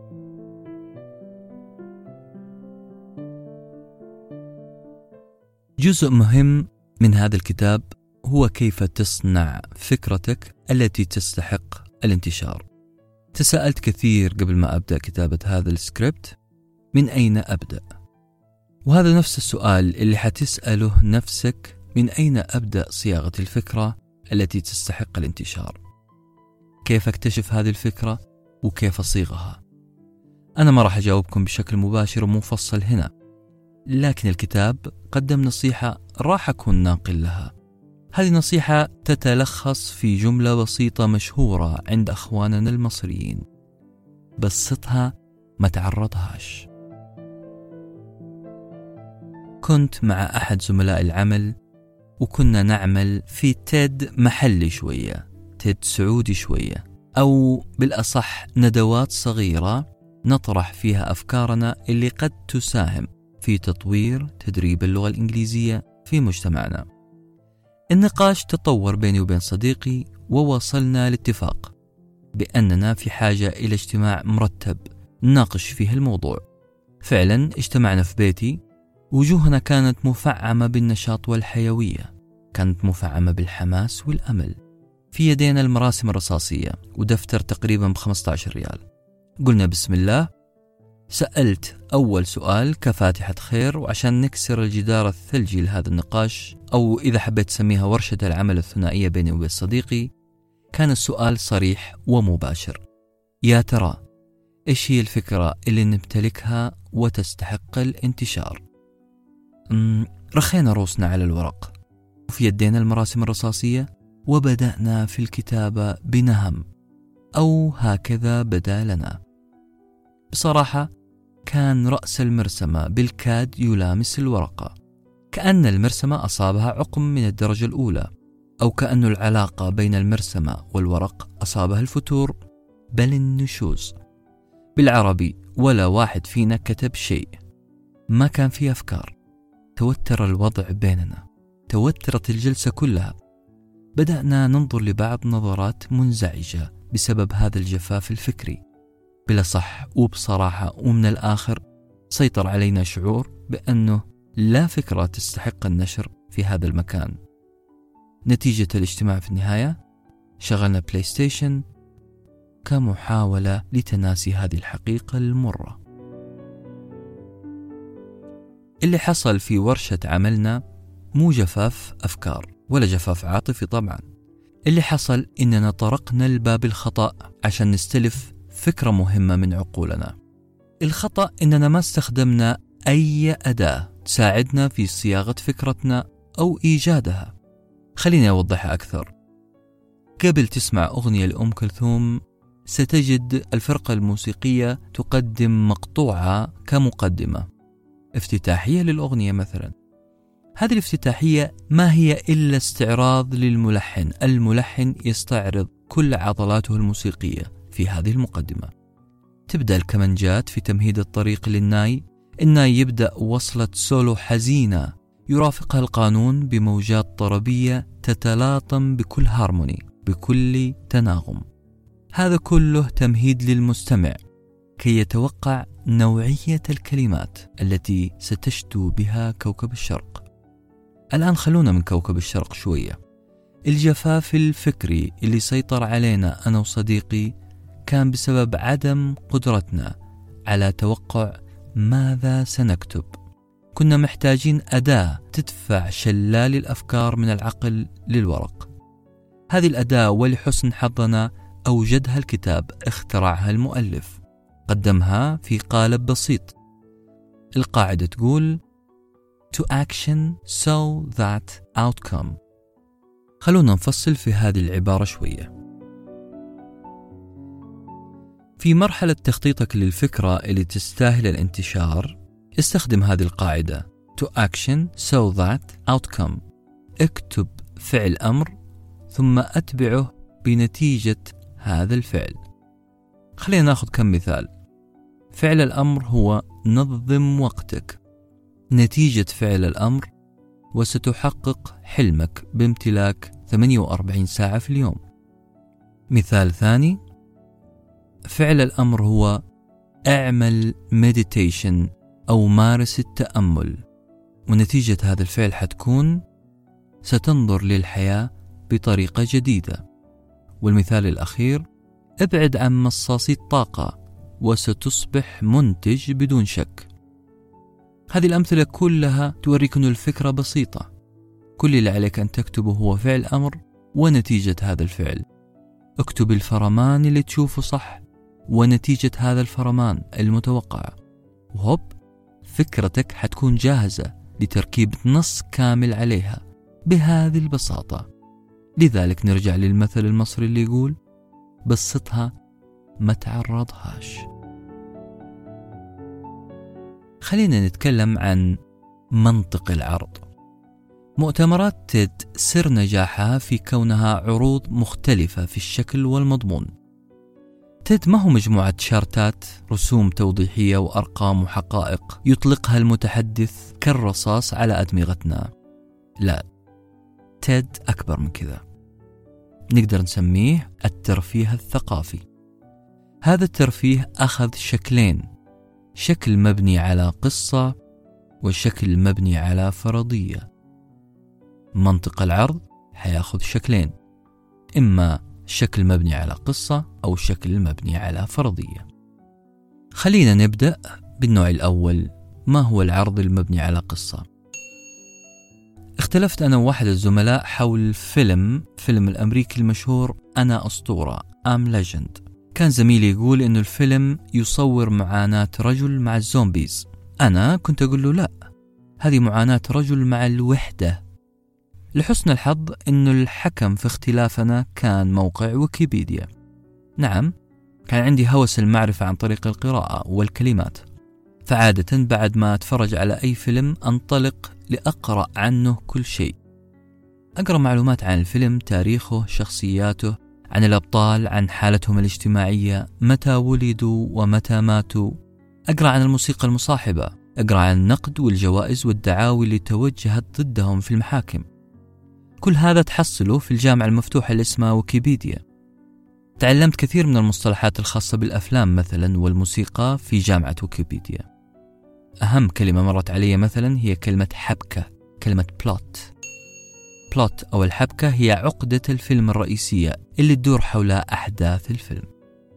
جزء مهم من هذا الكتاب هو كيف تصنع فكرتك التي تستحق الانتشار. تساءلت كثير قبل ما أبدأ كتابة هذا السكريبت، من أين أبدأ؟ وهذا نفس السؤال اللي حتسأله نفسك، من أين أبدأ صياغة الفكرة التي تستحق الانتشار؟ كيف أكتشف هذه الفكرة وكيف أصيغها؟ أنا ما راح أجاوبكم بشكل مباشر ومفصل هنا، لكن الكتاب قدم نصيحة راح أكون ناقل لها. هذه نصيحة تتلخص في جملة بسيطة مشهورة عند أخواننا المصريين: بسطها ما تعرضهاش. كنت مع أحد زملاء العمل وكنا نعمل في تيد محلي شوية، تيد سعودي شوية، أو بالأصح ندوات صغيرة نطرح فيها أفكارنا اللي قد تساهم في تطوير تدريب اللغة الإنجليزية في مجتمعنا. النقاش تطور بيني وبين صديقي، ووصلنا لاتفاق بأننا في حاجة إلى اجتماع مرتب نناقش فيه الموضوع. فعلا اجتمعنا في بيتي، وجوهنا كانت مفعمة بالنشاط والحيوية، كانت مفعمة بالحماس والأمل. في يدينا المراسم الرصاصية ودفتر تقريبا بخمسة عشر ريال. قلنا بسم الله، سألت أول سؤال كفاتحة خير، وعشان نكسر الجدار الثلجي لهذا النقاش، أو إذا حبيت تسميها ورشة العمل الثنائية بيني وبين صديقي، كان السؤال صريح ومباشر: يا ترى إيش هي الفكرة اللي نمتلكها وتستحق الانتشار؟ رخينا روسنا على الورق وفي يدينا المراسم الرصاصية، وبدأنا في الكتابة بنهم، أو هكذا بدا لنا. بصراحة كان رأس المرسمة بالكاد يلامس الورقة، كأن المرسمة أصابها عقم من الدرجة الأولى، أو كأن العلاقة بين المرسمة والورق أصابها الفتور، بل النشوز. بالعربي ولا واحد فينا كتب شيء، ما كان فيه أفكار. توتر الوضع بيننا، توترت الجلسة كلها. بدأنا ننظر لبعض نظرات منزعجة بسبب هذا الجفاف الفكري. بلا صح وبصراحة ومن الآخر سيطر علينا شعور بأنه لا فكرة تستحق النشر في هذا المكان. نتيجة الاجتماع في النهاية شغلنا بلاي ستيشن كمحاولة لتناسي هذه الحقيقة المرة. اللي حصل في ورشة عملنا مو جفاف أفكار ولا جفاف عاطفي طبعا. اللي حصل إننا طرقنا الباب الخطأ عشان نستلف فكرة مهمة من عقولنا. الخطأ إننا ما استخدمنا أي أداة تساعدنا في صياغة فكرتنا أو إيجادها. خليني أوضحها أكثر. قبل تسمع أغنية لأم كلثوم ستجد الفرقة الموسيقية تقدم مقطوعة كمقدمة افتتاحية للأغنية مثلا. هذه الافتتاحية ما هي إلا استعراض للملحن. الملحن يستعرض كل عضلاته الموسيقية في هذه المقدمة. تبدأ الكمنجات في تمهيد الطريق للناي. الناي يبدأ وصلة سولو حزينة يرافقها القانون بموجات طربية تتلاطم بكل هارموني بكل تناغم. هذا كله تمهيد للمستمع كي يتوقع نوعية الكلمات التي ستشدو بها كوكب الشرق. الآن خلونا من كوكب الشرق شوية. الجفاف الفكري اللي سيطر علينا أنا وصديقي كان بسبب عدم قدرتنا على توقع ماذا سنكتب. كنا محتاجين أداة تدفع شلال الأفكار من العقل للورق. هذه الأداة ولحسن حظنا أوجدها الكتاب، اخترعها المؤلف، قدمها في قالب بسيط. القاعدة تقول to action so that outcome. خلونا نفصل في هذه العبارة شوية. في مرحلة تخطيطك للفكرة اللي تستاهل الانتشار استخدم هذه القاعدة to action so that outcome. اكتب فعل أمر ثم أتبعه بنتيجة هذا الفعل. خلينا ناخذ كم مثال. فعل الأمر هو نظم وقتك. نتيجة فعل الأمر وستحقق حلمك بامتلاك ثمانية وأربعين ساعة في اليوم. مثال ثاني، فعل الأمر هو اعمل meditation أو مارس التأمل، ونتيجة هذا الفعل حتكون ستنظر للحياة بطريقة جديدة. والمثال الأخير، ابعد عن مصاصي الطاقة وستصبح منتج بدون شك. هذه الأمثلة كلها توريك أن الفكرة بسيطة. كل اللي عليك أن تكتبه هو فعل أمر ونتيجة هذا الفعل. اكتب الفرمان اللي تشوفه صح ونتيجة هذا الفرمان المتوقع، وهوب فكرتك حتكون جاهزة لتركيب نص كامل عليها بهذه البساطة. لذلك نرجع للمثل المصري اللي يقول بسطها ما تعرضهاش. خلينا نتكلم عن منطق العرض. مؤتمرات تيد سر نجاحها في كونها عروض مختلفة في الشكل والمضمون. تيد ما هو مجموعة شارتات، رسوم توضيحية وأرقام وحقائق يطلقها المتحدث كالرصاص على أدمغتنا. لا، تيد أكبر من كذا. نقدر نسميه الترفيه الثقافي. هذا الترفيه أخذ شكلين، شكل مبني على قصة وشكل مبني على فرضية. منطق العرض حياخذ شكلين، إما شكل مبني على قصة أو شكل مبني على فرضية. خلينا نبدأ بالنوع الأول. ما هو العرض المبني على قصة؟ اختلفت أنا وواحد الزملاء حول فيلم فيلم الأمريكي المشهور أنا أسطورة I'm Legend. كان زميلي يقول إنه الفيلم يصور معاناة رجل مع الزومبيز. أنا كنت أقول له لا، هذه معاناة رجل مع الوحدة. لحسن الحظ إنه الحكم في اختلافنا كان موقع ويكيبيديا. نعم، كان عندي هوس المعرفة عن طريق القراءة والكلمات، فعادة بعد ما أتفرج على أي فيلم أنطلق لأقرأ عنه كل شيء. أقرأ معلومات عن الفيلم، تاريخه، شخصياته، عن الأبطال، عن حالتهم الاجتماعية، متى ولدوا ومتى ماتوا. أقرأ عن الموسيقى المصاحبة، أقرأ عن النقد والجوائز والدعاوي اللي توجهت ضدهم في المحاكم. كل هذا تحصله في الجامعة المفتوحة اللي اسمها ويكيبيديا. تعلمت كثير من المصطلحات الخاصة بالأفلام مثلا والموسيقى في جامعة ويكيبيديا. أهم كلمة مرت علي مثلا هي كلمة حبكة، كلمة بلوت. بلوت أو الحبكة هي عقدة الفيلم الرئيسية اللي تدور حول أحداث الفيلم.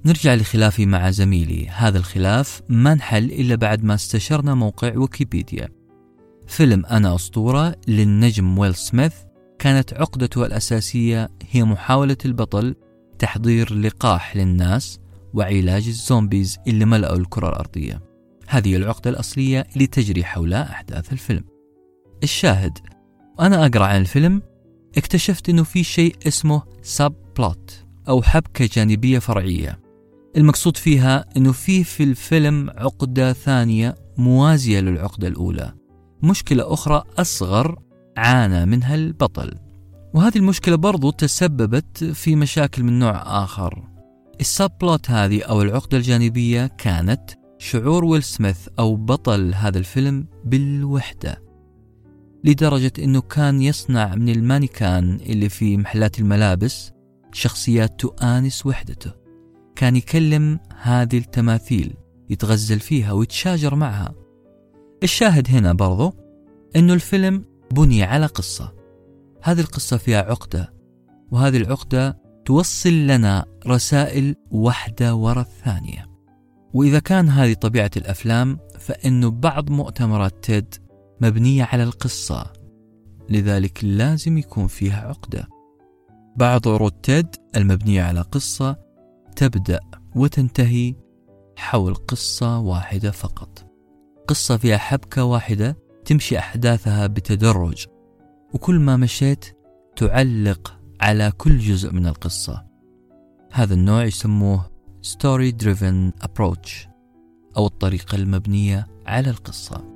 نرجع لخلافي مع زميلي. هذا الخلاف ما انحل إلا بعد ما استشرنا موقع ويكيبيديا. فيلم أنا أسطورة للنجم ويل سميث كانت عقدته الأساسية هي محاولة البطل تحضير لقاح للناس وعلاج الزومبيز اللي ملأوا الكرة الأرضية. هذه العقدة الأصلية اللي تجري حول أحداث الفيلم. الشاهد، وأنا أقرأ عن الفيلم اكتشفت أنه في شيء اسمه سب بلوت أو حبكة جانبية فرعية. المقصود فيها أنه في في الفيلم عقدة ثانية موازية للعقدة الأولى، مشكلة أخرى أصغر عانى منها البطل، وهذه المشكلة برضو تسببت في مشاكل من نوع آخر. السب بلوت هذه أو العقدة الجانبية كانت شعور ويل سميث أو بطل هذا الفيلم بالوحدة، لدرجة أنه كان يصنع من المانيكان اللي في محلات الملابس شخصيات تؤانس وحدته. كان يكلم هذه التماثيل، يتغزل فيها ويتشاجر معها. الشاهد هنا برضو أنه الفيلم بني على قصة، هذه القصة فيها عقدة، وهذه العقدة توصل لنا رسائل واحدة وراء الثانية. وإذا كان هذه طبيعة الأفلام، فإنه بعض مؤتمرات تيد مبنية على القصة، لذلك لازم يكون فيها عقدة. بعض عروض تيد المبنية على قصة تبدأ وتنتهي حول قصة واحدة فقط، قصة فيها حبكة واحدة تمشي أحداثها بتدرج، وكل ما مشيت تعلق على كل جزء من القصة. هذا النوع يسموه story driven approach أو الطريقة المبنية على القصة.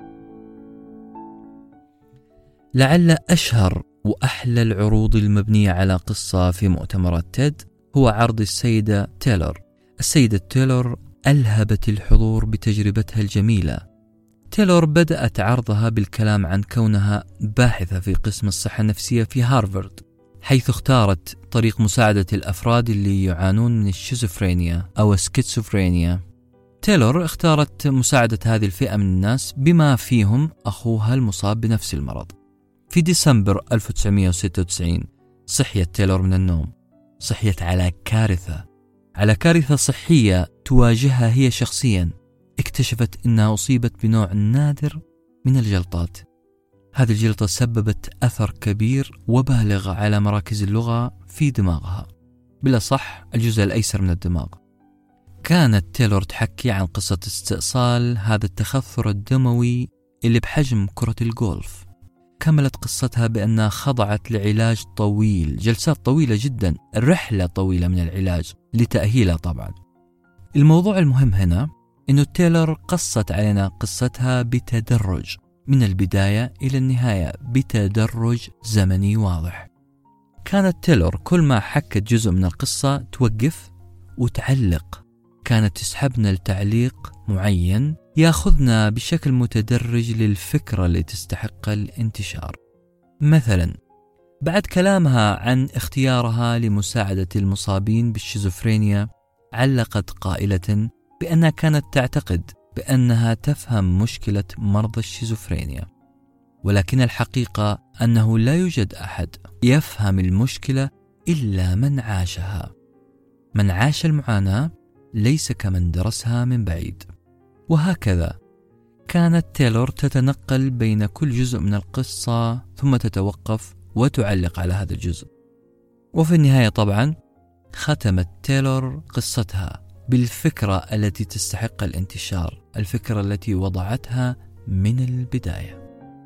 لعل أشهر وأحلى العروض المبنية على قصة في مؤتمرات تيد هو عرض السيدة تايلور. السيدة تايلور ألهبت الحضور بتجربتها الجميلة. تايلور بدأت عرضها بالكلام عن كونها باحثة في قسم الصحة النفسية في هارفارد، حيث اختارت طريق مساعدة الأفراد اللي يعانون من الشيزوفرينيا أو السكيزوفرينيا. تايلور اختارت مساعدة هذه الفئة من الناس بما فيهم أخوها المصاب بنفس المرض. في ديسمبر ألف وتسعمائة وستة وتسعين صحيت تايلور من النوم، صحيت على كارثة، على كارثة صحية تواجهها هي شخصيا. اكتشفت أنها أصيبت بنوع نادر من الجلطات. هذه الجلطة سببت أثر كبير وبالغ على مراكز اللغة في دماغها، بلا صح الجزء الأيسر من الدماغ. كانت تايلور تحكي عن قصة استئصال هذا التخثر الدموي اللي بحجم كرة الجولف. كملت قصتها بأنها خضعت لعلاج طويل، جلسات طويلة جدا، رحلة طويلة من العلاج لتأهيلها طبعا. الموضوع المهم هنا أنه تايلور قصت علينا قصتها بتدرج من البداية إلى النهاية، بتدرج زمني واضح. كانت تايلور كل ما حكت جزء من القصة توقف وتعلق، كانت تسحبنا لتعليق معين ياخذنا بشكل متدرج للفكرة اللي تستحق الانتشار. مثلا بعد كلامها عن اختيارها لمساعدة المصابين بالشيزوفرينيا، علقت قائلة بأنها كانت تعتقد بأنها تفهم مشكلة مرضى الشيزوفرينيا، ولكن الحقيقة أنه لا يوجد أحد يفهم المشكلة إلا من عاشها. من عاش المعاناة ليس كمن درسها من بعيد. وهكذا كانت تايلور تتنقل بين كل جزء من القصة ثم تتوقف وتعلق على هذا الجزء. وفي النهاية طبعا ختمت تايلور قصتها بالفكرة التي تستحق الانتشار، الفكرة التي وضعتها من البداية.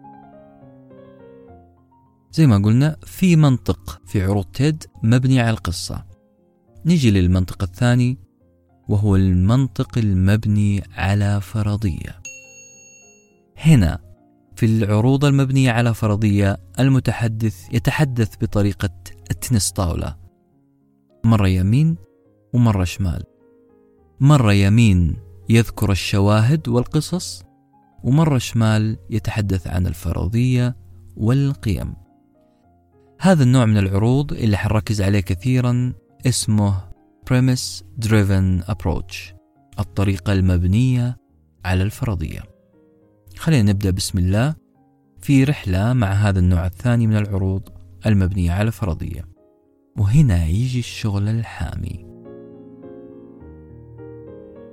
زي ما قلنا في منطق في عروض تيد مبني على القصة. نيجي للمنطق الثاني وهو المنطق المبني على فرضية. هنا في العروض المبنية على فرضية المتحدث يتحدث بطريقة التنس طاولة، مرة يمين ومرة شمال. مرة يمين يذكر الشواهد والقصص، ومرة شمال يتحدث عن الفرضية والقيم. هذا النوع من العروض اللي حنركز عليه كثيرا اسمه premise driven approach، الطريقة المبنية على الفرضية. خلينا نبدأ بسم الله في رحلة مع هذا النوع الثاني من العروض المبنية على الفرضية. وهنا يجي الشغل الحامي.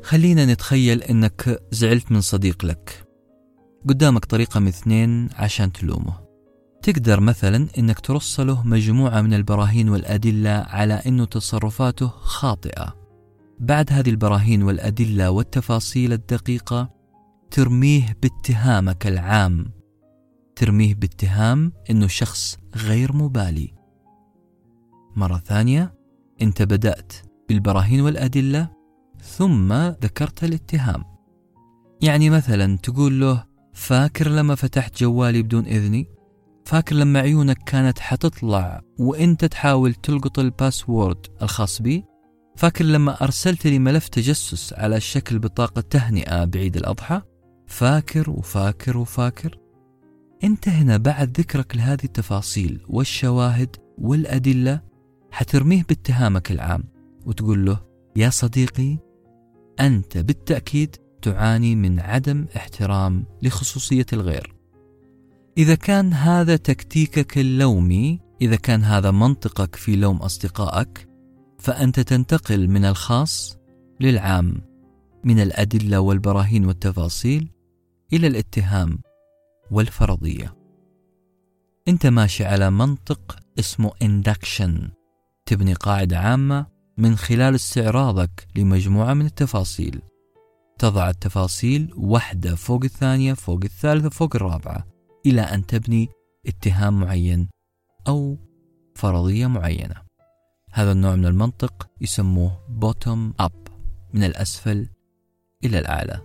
خلينا نتخيل إنك زعلت من صديق لك. قدامك طريقة من اثنين عشان تلومه. تقدر مثلا إنك ترسله مجموعة من البراهين والأدلة على إنه تصرفاته خاطئة. بعد هذه البراهين والأدلة والتفاصيل الدقيقة ترميه باتهامك العام، ترميه باتهام إنه شخص غير مبالي. مرة ثانية، أنت بدأت بالبراهين والأدلة ثم ذكرت الاتهام. يعني مثلا تقول له: فاكر لما فتحت جوالي بدون إذني؟ فاكر لما عيونك كانت حتطلع وإنت تحاول تلقط الباسورد الخاص بي؟ فاكر لما أرسلت لي ملف تجسس على شكل بطاقة تهنئة بعيد الأضحى؟ فاكر وفاكر وفاكر. أنت هنا بعد ذكرك لهذه التفاصيل والشواهد والأدلة حترميه باتهامك العام وتقول له: يا صديقي، أنت بالتأكيد تعاني من عدم احترام لخصوصية الغير. إذا كان هذا تكتيكك اللومي، إذا كان هذا منطقك في لوم أصدقائك، فأنت تنتقل من الخاص للعام، من الأدلة والبراهين والتفاصيل إلى الاتهام والفرضية. أنت ماشي على منطق اسمه induction، تبني قاعدة عامة من خلال استعراضك لمجموعة من التفاصيل، تضع التفاصيل واحدة فوق الثانية فوق الثالثة فوق الرابعة إلى أن تبني اتهام معين أو فرضية معينة. هذا النوع من المنطق يسموه bottom up، من الأسفل إلى الأعلى.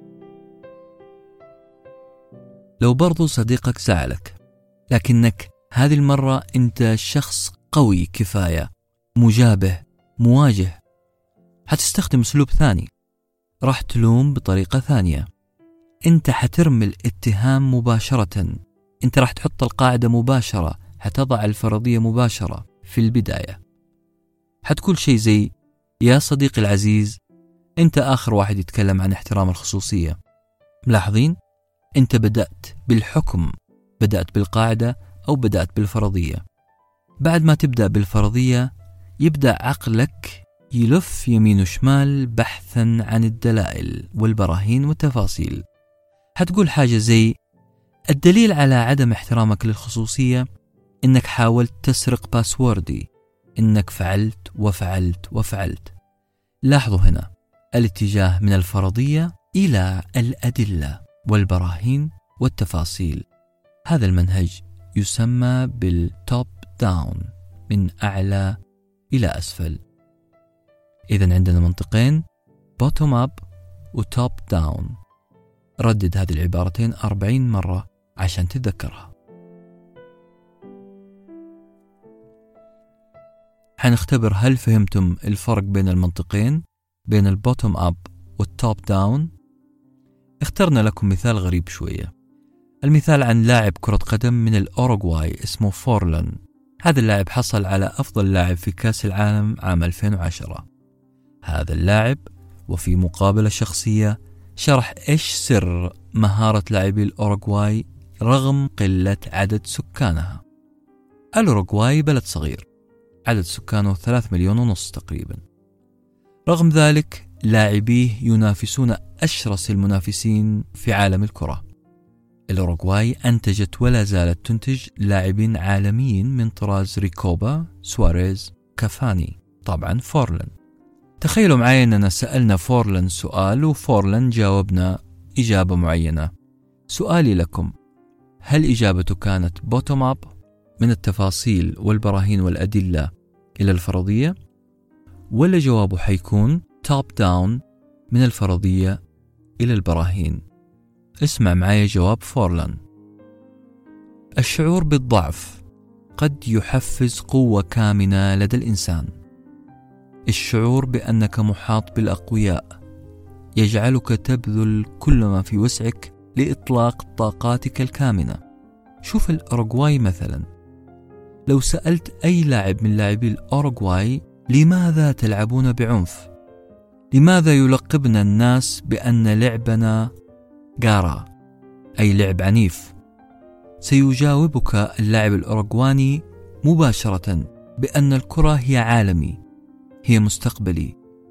لو برضو صديقك زعلك، لكنك هذه المرة أنت شخص قوي كفاية، مجابه، مواجه، حتستخدم أسلوب ثاني، راح تلوم بطريقة ثانية. أنت حترمي الاتهام مباشرة، أنت راح تحط القاعدة مباشرة، حتضع الفرضية مباشرة في البداية. حتقول شيء زي: يا صديقي العزيز، أنت آخر واحد يتكلم عن احترام الخصوصية. ملاحظين؟ أنت بدأت بالحكم، بدأت بالقاعدة أو بدأت بالفرضية. بعد ما تبدأ بالفرضية يبدأ عقلك يلف يمين وشمال بحثا عن الدلائل والبراهين والتفاصيل. حتقول حاجة زي: الدليل على عدم احترامك للخصوصية إنك حاولت تسرق باسوردي، إنك فعلت وفعلت وفعلت. لاحظوا هنا الاتجاه من الفرضية إلى الأدلة والبراهين والتفاصيل. هذا المنهج يسمى بالتوب داون، من أعلى إلى أسفل. إذن عندنا منطقين: bottom up وtop down. ردد هذه العبارتين أربعين مرة عشان تتذكرها. حنختبر هل فهمتم الفرق بين المنطقين، بين البوتوم أب والتوب داون. اخترنا لكم مثال غريب شوية. المثال عن لاعب كرة قدم من الأوروغواي اسمه فورلان. هذا اللاعب حصل على أفضل لاعب في كأس العالم عام ألفين وعشرة. هذا اللاعب وفي مقابلة شخصية شرح إيش سر مهارة لاعبي الأوروغواي رغم قلة عدد سكانها. الأوروغواي بلد صغير، عدد سكانه ثلاثة مليون ونص تقريبا. رغم ذلك لاعبيه ينافسون أشرس المنافسين في عالم الكرة. الأوروغواي أنتجت ولا زالت تنتج لاعبين عالميين من طراز ريكوبا، سواريز، كافاني، طبعا فورلان. تخيلوا معي أننا سألنا فورلان سؤال وفورلان جاوبنا إجابة معينة. سؤالي لكم: هل إجابته كانت بوتوم أب من التفاصيل والبراهين والأدلة إلى الفرضية، ولا جوابه حيكون توب داون من الفرضية إلى البراهين؟ اسمع معي جواب فورلان: الشعور بالضعف قد يحفز قوة كامنة لدى الإنسان. الشعور بأنك محاط بالأقوياء يجعلك تبذل كل ما في وسعك لإطلاق طاقاتك الكامنة. شوف الأوروغواي مثلا، لو سألت أي لاعب من لاعبي الأوروغواي: لماذا تلعبون بعنف؟ لماذا يلقبنا الناس بأن لعبنا غارا، أي لعب عنيف؟ سيجاوبك اللاعب الأوروغواني مباشرة بأن الكرة هي عالمي، هي مستقبلي،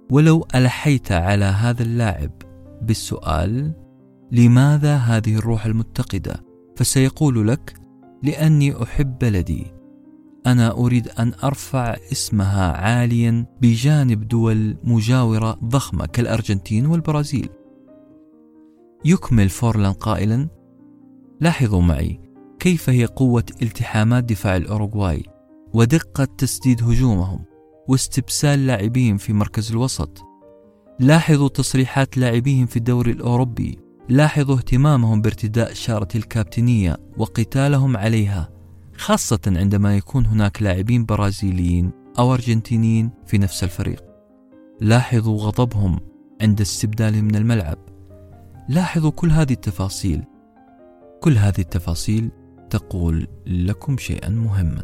ولو ألحيت على هذا اللاعب بالسؤال لماذا هذه الروح المتقدة، فسيقول لك لأني أحب بلدي، أنا أريد أن أرفع اسمها عاليا بجانب دول مجاورة ضخمة كالأرجنتين والبرازيل. يكمل فورلان قائلا: لاحظوا معي كيف هي قوة التحامات دفاع الأوروغواي ودقة تسديد هجومهم واستبسال لاعبيهم في مركز الوسط. لاحظوا تصريحات لاعبيهم في الدوري الأوروبي. لاحظوا اهتمامهم بارتداء شارة الكابتنية وقتالهم عليها، خاصة عندما يكون هناك لاعبين برازيليين أو أرجنتينيين في نفس الفريق. لاحظوا غضبهم عند استبدالهم من الملعب. لاحظوا كل هذه التفاصيل. كل هذه التفاصيل تقول لكم شيئا مهما.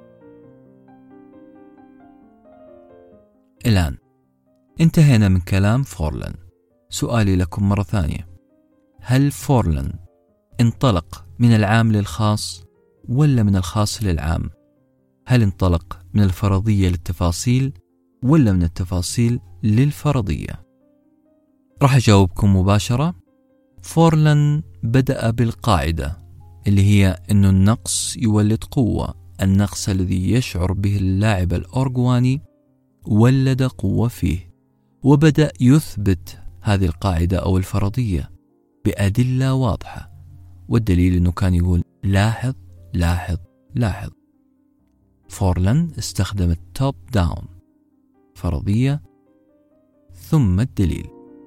الآن انتهينا من كلام فورلان. سؤالي لكم مرة ثانية: هل فورلان انطلق من العام للخاص ولا من الخاص للعام؟ هل انطلق من الفرضية للتفاصيل ولا من التفاصيل للفرضية؟ راح أجاوبكم مباشرة. فورلان بدأ بالقاعدة اللي هي أن النقص يولد قوة. النقص الذي يشعر به اللاعب الأورغواني ولد قوة فيه، وبدأ يثبت هذه القاعدة أو الفرضية بأدلة واضحة. والدليل أنه كان يقول: لاحظ لاحظ لاحظ. فورلان استخدم التوب داون، فرضية ثم الدليل.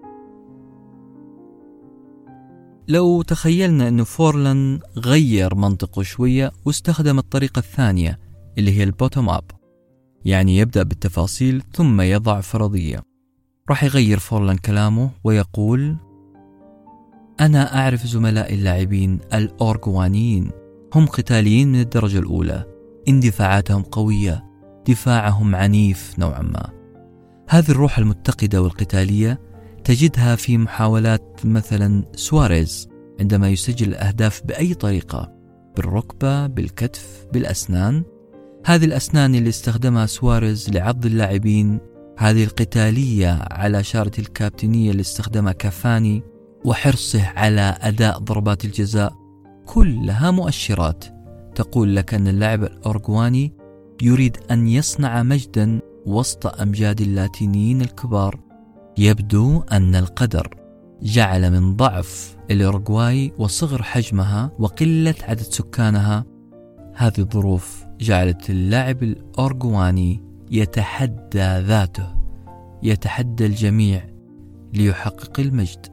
لو تخيلنا أنه فورلان غير منطقه شوية واستخدم الطريقة الثانية اللي هي البوتوم أب، يعني يبدأ بالتفاصيل ثم يضع فرضية، راح يغير فورلان كلامه ويقول: أنا أعرف زملاء اللاعبين الأورغوانيين، هم قتاليين من الدرجة الأولى، اندفاعاتهم قوية، دفاعهم عنيف نوعا ما. هذه الروح المتقدة والقتالية تجدها في محاولات مثلا سواريز عندما يسجل الأهداف بأي طريقة، بالركبة، بالكتف، بالأسنان. هذه الأسنان اللي استخدمها سواريز لعض اللاعبين، هذه القتالية على شارة الكابتنية اللي استخدمها كافاني، وحرصه على أداء ضربات الجزاء، كلها مؤشرات تقول لك أن اللاعب الأورغواني يريد أن يصنع مجدا وسط أمجاد اللاتينيين الكبار. يبدو أن القدر جعل من ضعف الأورغواي وصغر حجمها وقلة عدد سكانها، هذه الظروف جعلت اللاعب الأورغواني يتحدى ذاته، يتحدى الجميع ليحقق المجد.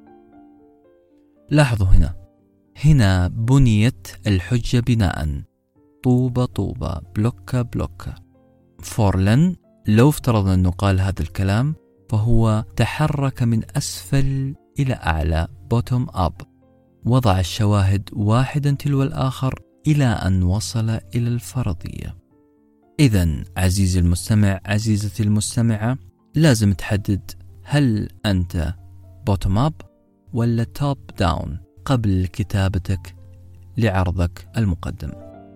لاحظوا هنا هنا بنيت الحجة بناء، طوبة طوبة، بلوكة بلوكة. فورلان لو افترضنا أنه قال هذا الكلام فهو تحرك من أسفل إلى أعلى، بوتوم أب، وضع الشواهد واحدا تلو الآخر إلى أن وصل إلى الفرضية. إذن عزيزي المستمع، عزيزتي المستمعة، لازم تحدد هل أنت بوتوم أب ولا توب داون قبل كتابتك لعرضك المقدم.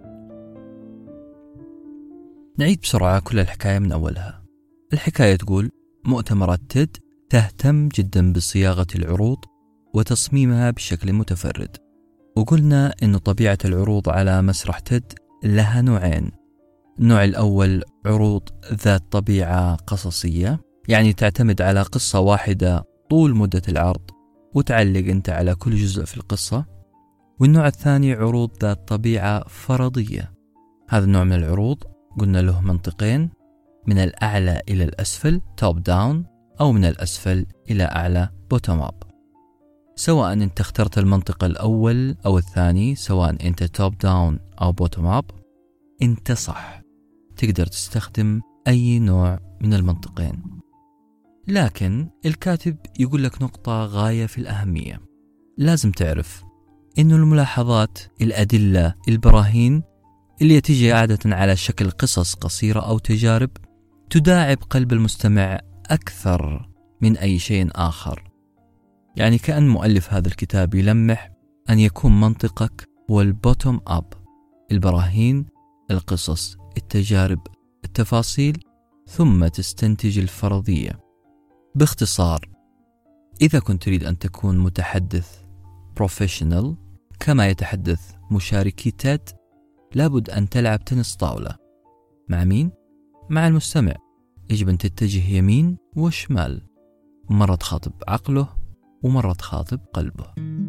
نعيد بسرعة كل الحكاية من أولها. الحكاية تقول: مؤتمرات تيد تهتم جدا بصياغة العروض وتصميمها بشكل متفرد. وقلنا أن طبيعة العروض على مسرح تيد لها نوعين. النوع الأول عروض ذات طبيعة قصصية، يعني تعتمد على قصة واحدة طول مدة العرض وتعلق أنت على كل جزء في القصة. والنوع الثاني عروض ذات طبيعة فرضية. هذا النوع من العروض قلنا له منطقين: من الأعلى إلى الأسفل top down، أو من الأسفل إلى أعلى bottom up. سواء أنت اخترت المنطقة الأول أو الثاني، سواء أنت top down أو bottom up، أنت صح، تقدر تستخدم أي نوع من المنطقين. لكن الكاتب يقول لك نقطة غاية في الأهمية. لازم تعرف إنه الملاحظات، الأدلة، البراهين اللي تيجي عادة على شكل قصص قصيرة أو تجارب تداعب قلب المستمع أكثر من أي شيء آخر. يعني كأن مؤلف هذا الكتاب يلمح أن يكون منطقك هو البوتوم أب، البراهين، القصص، التجارب، التفاصيل، ثم تستنتج الفرضية. باختصار، إذا كنت تريد أن تكون متحدث بروفيشنال كما يتحدث مشاركي تيد، لابد أن تلعب تنس طاولة. مع مين؟ مع المستمع. يجب أن تتجه يمين وشمال، مرة تخاطب عقله ومرة تخاطب قلبه.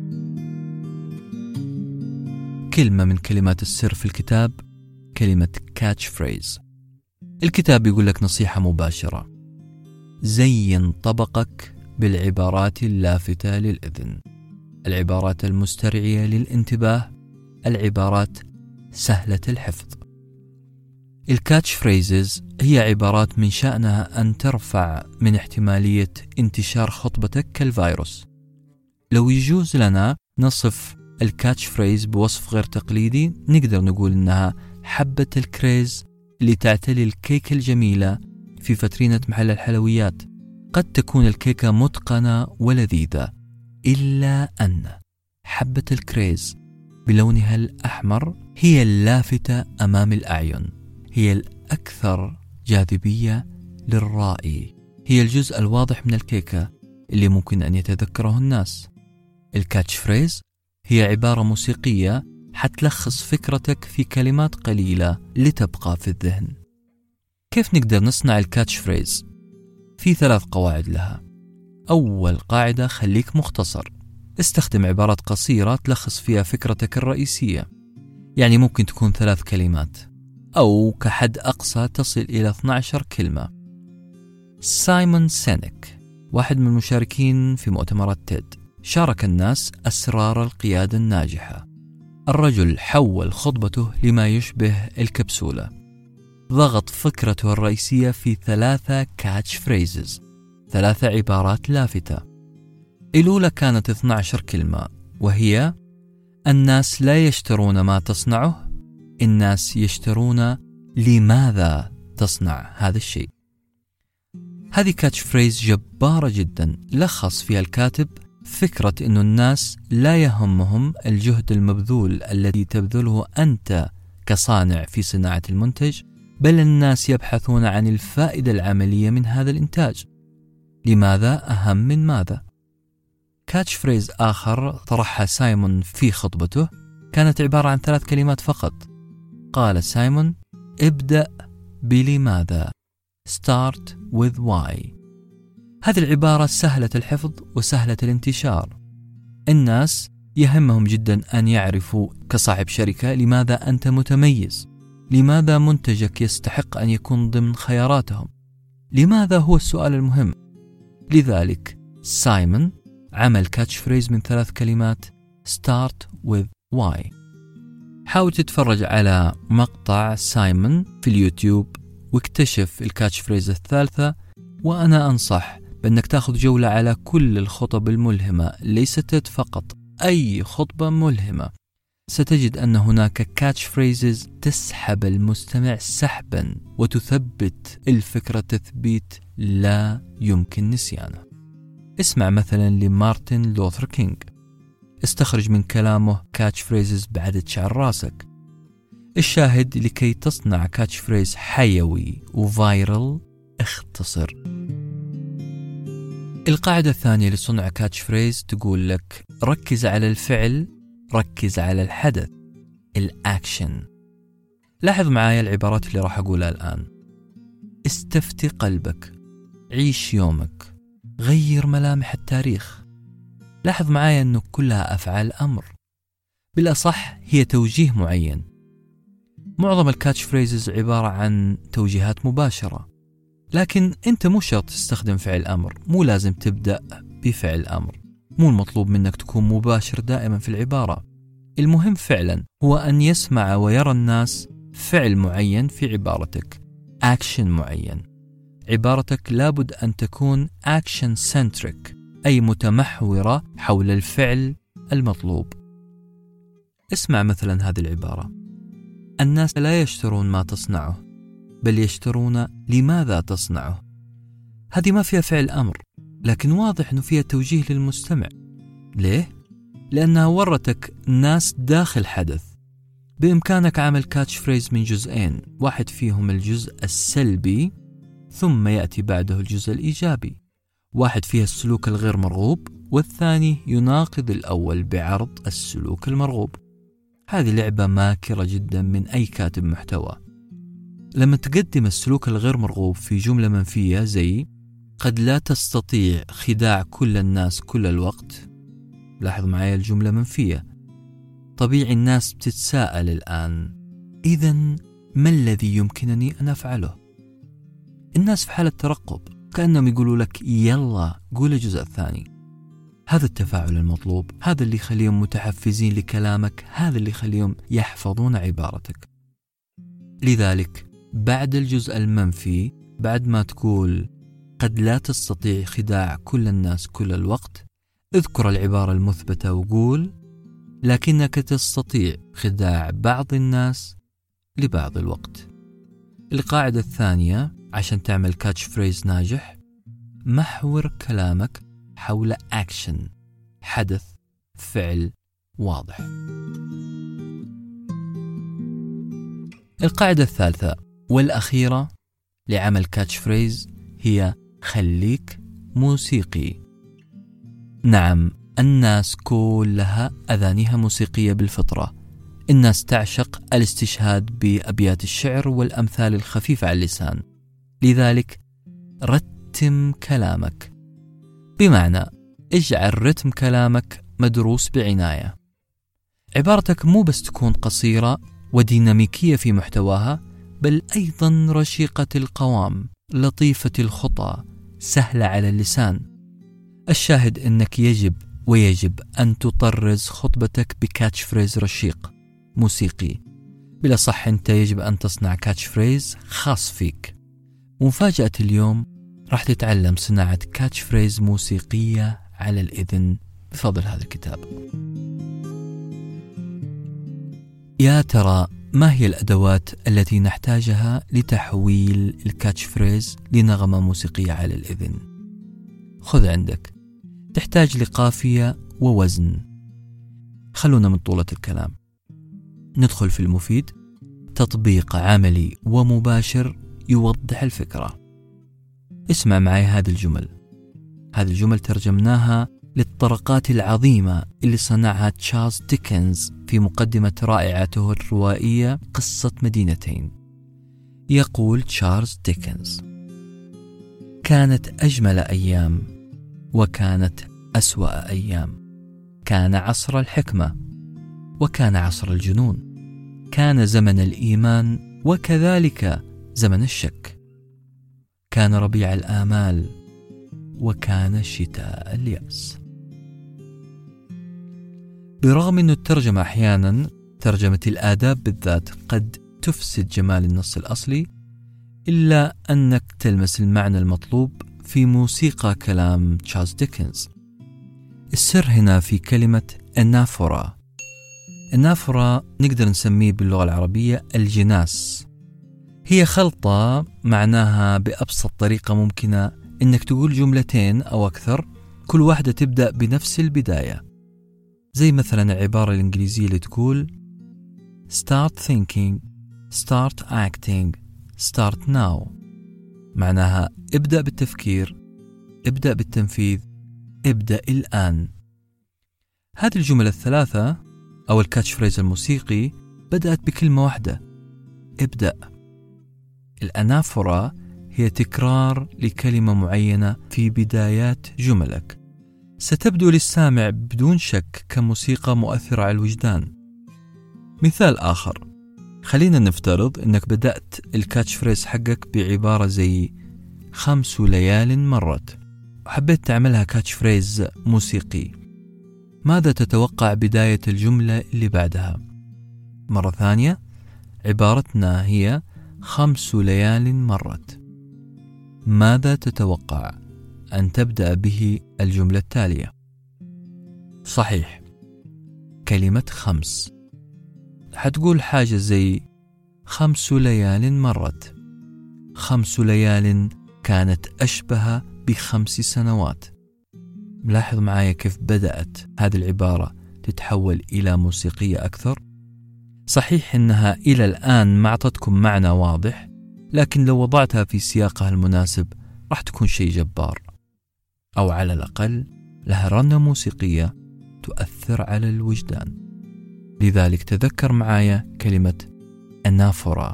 كلمة من كلمات السر في الكتاب كلمة كاتش فريز. الكتاب يقول لك نصيحة مباشرة: زين طبقك بالعبارات اللافتة للإذن، العبارات المسترعية للانتباه، العبارات سهلة الحفظ. الكاتش فريزز هي عبارات من شأنها أن ترفع من احتمالية انتشار خطبتك كالفيروس. لو يجوز لنا نصف الكاتش فريز بوصف غير تقليدي، نقدر نقول إنها حبة الكريز اللي تعتلي الكيكة الجميلة في فترينة محل الحلويات. قد تكون الكيكة متقنة ولذيذة، إلا أن حبة الكريز بلونها الأحمر هي اللافتة أمام الأعين، هي الأكثر جاذبية للرائي، هي الجزء الواضح من الكيكة اللي ممكن أن يتذكره الناس. الكاتش فريز هي عبارة موسيقية حتلخص فكرتك في كلمات قليلة لتبقى في الذهن. كيف نقدر نصنع الكاتش فريز؟ في ثلاث قواعد لها. أول قاعدة: خليك مختصر، استخدم عبارات قصيرة تلخص فيها فكرتك الرئيسية، يعني ممكن تكون ثلاث كلمات أو كحد أقصى تصل إلى اثنتي عشرة كلمة. سايمون سينيك، واحد من المشاركين في مؤتمرات تيد، شارك الناس أسرار القيادة الناجحة. الرجل حول خطبته لما يشبه الكبسولة، ضغط فكرته الرئيسية في ثلاثة كاتش فريزز، ثلاثة عبارات لافتة. الأولى كانت اثنتي عشرة كلمة، وهي: الناس لا يشترون ما تصنعه، الناس يشترون لماذا تصنع هذا الشيء. هذه كاتش فريز جبارة جدا، لخص فيها الكاتب فكرة أن الناس لا يهمهم الجهد المبذول الذي تبذله أنت كصانع في صناعة المنتج، بل الناس يبحثون عن الفائدة العملية من هذا الإنتاج. لماذا أهم من ماذا؟ كاتش فريز آخر طرحها سايمون في خطبته كانت عبارة عن ثلاث كلمات فقط. قال سايمون: ابدأ بلماذا. Start with why. هذه العبارة سهلة الحفظ وسهلة الانتشار. الناس يهمهم جدا أن يعرفوا كصاحب شركة لماذا أنت متميز، لماذا منتجك يستحق أن يكون ضمن خياراتهم، لماذا هو السؤال المهم. لذلك سايمون عمل كاتش فريز من ثلاث كلمات: Start with why. حاول تتفرج على مقطع سايمون في اليوتيوب واكتشف الكاتش فريز الثالثة، وأنا أنصح بأنك تأخذ جولة على كل الخطب الملهمة، ليست فقط أي خطبة ملهمة. ستجد أن هناك كاتش فريزز تسحب المستمع سحبا وتثبت الفكرة تثبيت لا يمكن نسيانه. اسمع مثلا لمارتن لوثر كينغ، استخرج من كلامه كاتش فريزز بعدد شعر راسك. الشاهد: لكي تصنع كاتش فريز حيوي وفايرل، اختصر. القاعدة الثانية لصنع كاتش فريز تقول لك: ركز على الفعل، ركز على الحدث، الأكشن. لاحظ معايا العبارات اللي راح أقولها الآن: استفتي قلبك، عيش يومك، غير ملامح التاريخ. لاحظ معايا أنه كلها أفعال أمر، بالأصح هي توجيه معين. معظم الكاتش فريزز عبارة عن توجيهات مباشرة، لكن أنت مو شرط تستخدم فعل أمر، مو لازم تبدأ بفعل أمر، مو المطلوب منك تكون مباشر دائما في العبارة. المهم فعلا هو أن يسمع ويرى الناس فعل معين في عبارتك، أكشن معين. عبارتك لابد أن تكون أكشن سنتريك، أي متمحورة حول الفعل المطلوب. اسمع مثلا هذه العبارة: الناس لا يشترون ما تصنعه، بل يشترون لماذا تصنعه. هذه ما فيها فعل أمر، لكن واضح أنه فيها توجيه للمستمع. ليه؟ لأنها ورتك ناس داخل حدث. بإمكانك عمل كاتش فريز من جزئين، واحد فيهم الجزء السلبي ثم يأتي بعده الجزء الإيجابي، واحد فيها السلوك الغير مرغوب، والثاني يناقض الأول بعرض السلوك المرغوب. هذه لعبة ماكرة جدا من أي كاتب محتوى. لما تقدم السلوك الغير مرغوب في جملة منفية زي قد لا تستطيع خداع كل الناس كل الوقت، لاحظ معي الجملة منفية. طبيعي الناس بتتساءل الآن، إذن ما الذي يمكنني أن أفعله؟ الناس في حالة ترقب، كأنهم يقولوا لك يلا قول الجزء الثاني. هذا التفاعل المطلوب، هذا اللي يخليهم متحفزين لكلامك، هذا اللي يخليهم يحفظون عبارتك. لذلك بعد الجزء المنفي، بعد ما تقول قد لا تستطيع خداع كل الناس كل الوقت، اذكر العبارة المثبتة وقول لكنك تستطيع خداع بعض الناس لبعض الوقت. القاعدة الثانية عشان تعمل كاتش فريز ناجح: محور كلامك حول أكشن، حدث، فعل واضح. القاعدة الثالثة والأخيرة لعمل كاتش فريز هي خليك موسيقي. نعم، الناس كلها أذانها موسيقية بالفطرة. الناس تعشق الاستشهاد بأبيات الشعر والأمثال الخفيفة على اللسان. لذلك رتم كلامك، بمعنى اجعل رتم كلامك مدروس بعناية. عبارتك مو بس تكون قصيرة وديناميكية في محتواها، بل أيضا رشيقة القوام، لطيفة الخطى، سهلة على اللسان. الشاهد أنك يجب ويجب أن تطرز خطبتك بكاتش فريز رشيق موسيقي. بلا صح أنت يجب أن تصنع كاتش فريز خاص فيك. مفاجأة اليوم راح تتعلم صناعة كاتش فريز موسيقية على الإذن بفضل هذا الكتاب. يا ترى ما هي الأدوات التي نحتاجها لتحويل الكاتش فريز لنغمة موسيقية على الإذن؟ خذ عندك، تحتاج لقافية ووزن. خلونا من طولة الكلام، ندخل في المفيد. تطبيق عملي ومباشر يوضح الفكرة. اسمع معي هذه الجمل. هذه الجمل ترجمناها للطرقات العظيمة اللي صنعها تشارلز ديكنز في مقدمة رائعته الروائية قصة مدينتين. يقول تشارلز ديكنز: كانت أجمل أيام وكانت أسوأ أيام. كان عصر الحكمة وكان عصر الجنون. كان زمن الإيمان وكذلك زمن الشك. كان ربيع الآمال وكان شتاء اليأس. برغم أن الترجمة أحيانا، ترجمة الآداب بالذات، قد تفسد جمال النص الأصلي، إلا أنك تلمس المعنى المطلوب في موسيقى كلام تشارلز ديكنز. السر هنا في كلمة أنافورا. أنافورا نقدر نسميه باللغة العربية الجناس. هي خلطة معناها بأبسط طريقة ممكنة إنك تقول جملتين أو أكثر، كل واحدة تبدأ بنفس البداية. زي مثلا العبارة الإنجليزية اللي تقول start thinking, start acting, start now. معناها ابدأ بالتفكير، ابدأ بالتنفيذ، ابدأ الآن. هذه الجمل الثلاثة أو الكاتش فريز الموسيقي بدأت بكلمة واحدة: ابدأ. الأنافورا هي تكرار لكلمة معينة في بدايات جملك، ستبدو للسامع بدون شك كموسيقى مؤثرة على الوجدان. مثال آخر، خلينا نفترض أنك بدأت الكاتش فريز حقك بعبارة زي خمس ليال مرت، وحبيت تعملها كاتش فريز موسيقي. ماذا تتوقع بداية الجملة اللي بعدها؟ مرة ثانية، عبارتنا هي خمس ليال مرت. ماذا تتوقع أن تبدأ به الجملة التالية؟ صحيح، كلمة خمس. حتقول حاجة زي خمس ليال مرت. خمس ليال كانت أشبه بخمس سنوات. ملاحظ معايا كيف بدأت هذه العبارة تتحول إلى موسيقية أكثر؟ صحيح إنها إلى الآن ما أعطتكم معنى واضح، لكن لو وضعتها في سياقها المناسب راح تكون شيء جبار. أو على الأقل لها رنة موسيقية تؤثر على الوجدان. لذلك تذكر معايا كلمة أنافورا.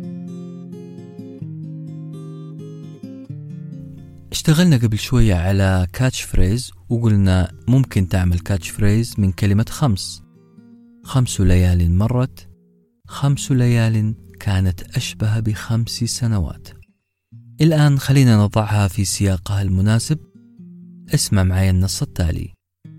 اشتغلنا قبل شوية على كاتش فريز وقلنا ممكن تعمل كاتش فريز من كلمة خمس. خمس ليال مرت، خمس ليال كانت أشبه بخمس سنوات. الآن خلينا نضعها في سياقها المناسب. اسمع معي النص التالي: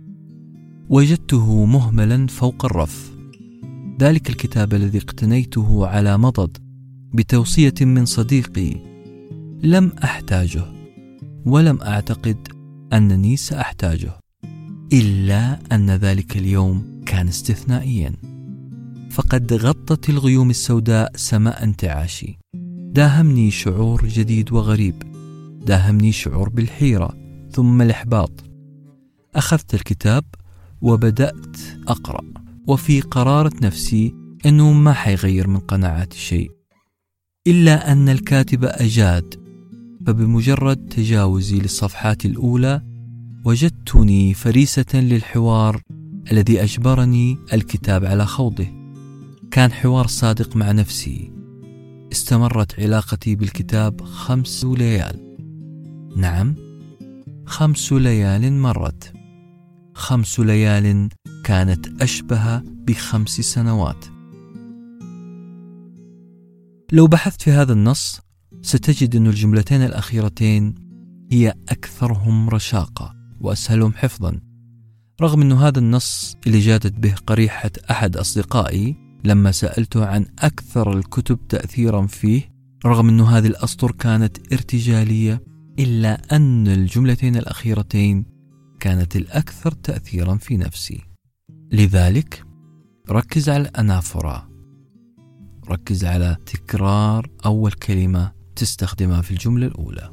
وجدته مهملا فوق الرف، ذلك الكتاب الذي اقتنيته على مضض بتوصية من صديقي، لم أحتاجه ولم أعتقد أنني سأحتاجه، إلا أن ذلك اليوم كان استثنائيا، فقد غطت الغيوم السوداء سماء انتعاشي. داهمني شعور جديد وغريب، داهمني شعور بالحيرة ثم الإحباط. أخذت الكتاب وبدأت أقرأ، وفي قرارة نفسي أنه ما حيغير من قناعاتي شيء، إلا أن الكاتب أجاد، فبمجرد تجاوزي للصفحات الأولى وجدتني فريسة للحوار الذي أجبرني الكتاب على خوضه. كان حوار صادق مع نفسي. استمرت علاقتي بالكتاب خمس ليال. نعم، خمس ليال مرت، خمس ليال كانت أشبه بخمس سنوات. لو بحثت في هذا النص ستجد أن الجملتين الأخيرتين هي أكثرهم رشاقة وأسهلهم حفظا، رغم أن هذا النص اللي جادت به قريحة أحد أصدقائي لما سألته عن أكثر الكتب تأثيرا فيه، رغم أن هذه الأسطر كانت ارتجالية، إلا أن الجملتين الأخيرتين كانت الأكثر تأثيرا في نفسي. لذلك ركز على الأنافورا، ركز على تكرار أول كلمة تستخدمها في الجملة الأولى.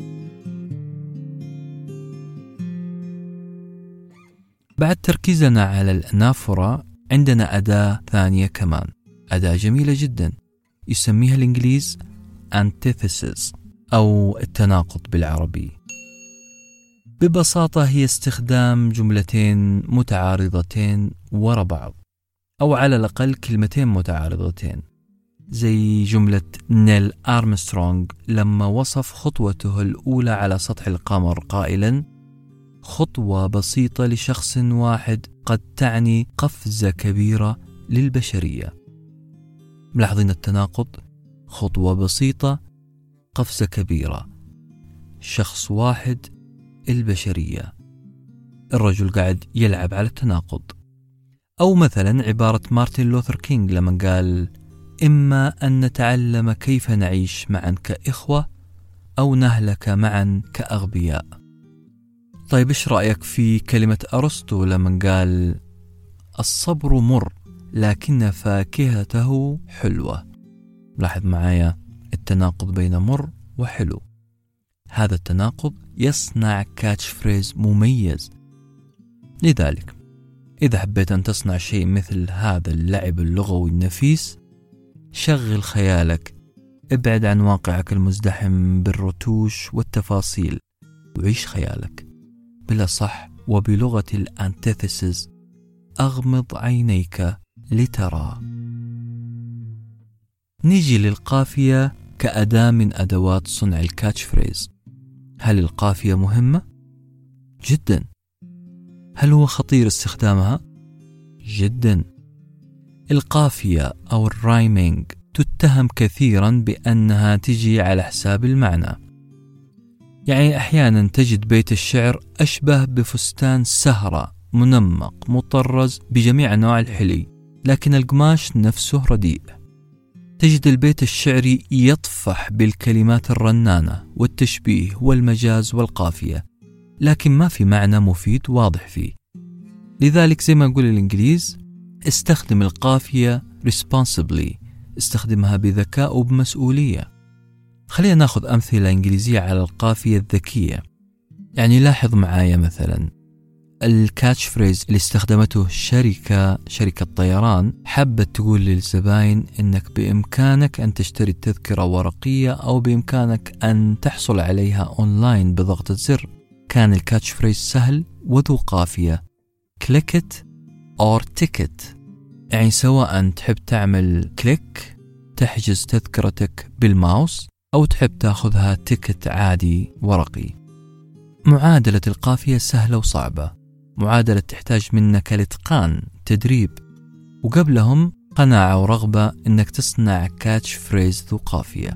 بعد تركيزنا على الأنافورا عندنا أداة ثانية كمان، أداة جميلة جدا يسميها الإنجليز antithesis أو التناقض بالعربي. ببساطة هي استخدام جملتين متعارضتين وراء بعض، أو على الأقل كلمتين متعارضتين، زي جملة نيل آرمسترونغ لما وصف خطوته الأولى على سطح القمر قائلا: خطوة بسيطة لشخص واحد قد تعني قفزة كبيرة للبشرية. ملاحظين التناقض؟ خطوة بسيطة، قفزة كبيرة، شخص واحد، البشرية. الرجل قاعد يلعب على التناقض. أو مثلا عبارة مارتن لوثر كينغ لما قال: إما أن نتعلم كيف نعيش معا كإخوة أو نهلك معا كأغبياء. طيب إيش رأيك في كلمة أرسطو لما قال: الصبر مر لكن فاكهته حلوة؟ لاحظ معايا التناقض بين مر وحلو. هذا التناقض يصنع كاتش فريز مميز. لذلك إذا حبيت أن تصنع شيء مثل هذا اللعب اللغوي النفيس، شغل خيالك، ابعد عن واقعك المزدحم بالرتوش والتفاصيل، وعيش خيالك. بلا صح وبلغة الانتيثيسيس، أغمض عينيك لترى. نيجي للقافية كأداة من أدوات صنع الكاتش فريز. هل القافية مهمة؟ جدا. هل هو خطير استخدامها؟ جدا. القافية أو الرايمينج تتهم كثيرا بأنها تجي على حساب المعنى. يعني أحيانا تجد بيت الشعر أشبه بفستان سهرة منمق مطرز بجميع أنواع الحلي، لكن القماش نفسه رديء. تجد البيت الشعري يطفح بالكلمات الرنانة والتشبيه والمجاز والقافية، لكن ما في معنى مفيد واضح فيه. لذلك زي ما يقول الإنجليز: استخدم القافية responsibly، استخدمها بذكاء وبمسؤولية. خلينا ناخذ أمثلة إنجليزية على القافية الذكية. يعني لاحظ معايا مثلا الكاتش فريز اللي استخدمته شركة شركة طيران، حبت تقول للزباين إنك بإمكانك أن تشتري التذكرة ورقية أو بإمكانك أن تحصل عليها أونلاين بضغطة زر. كان الكاتش فريز سهل وذو قافية click it or ticket، يعني سواء تحب تعمل كليك تحجز تذكرتك بالماوس أو تحب تاخذها تيكت عادي ورقي. معادلة القافية سهلة وصعبة، معادلة تحتاج منك الاتقان، تدريب، وقبلهم قناعة ورغبة إنك تصنع كاتش فريز ذو قافية.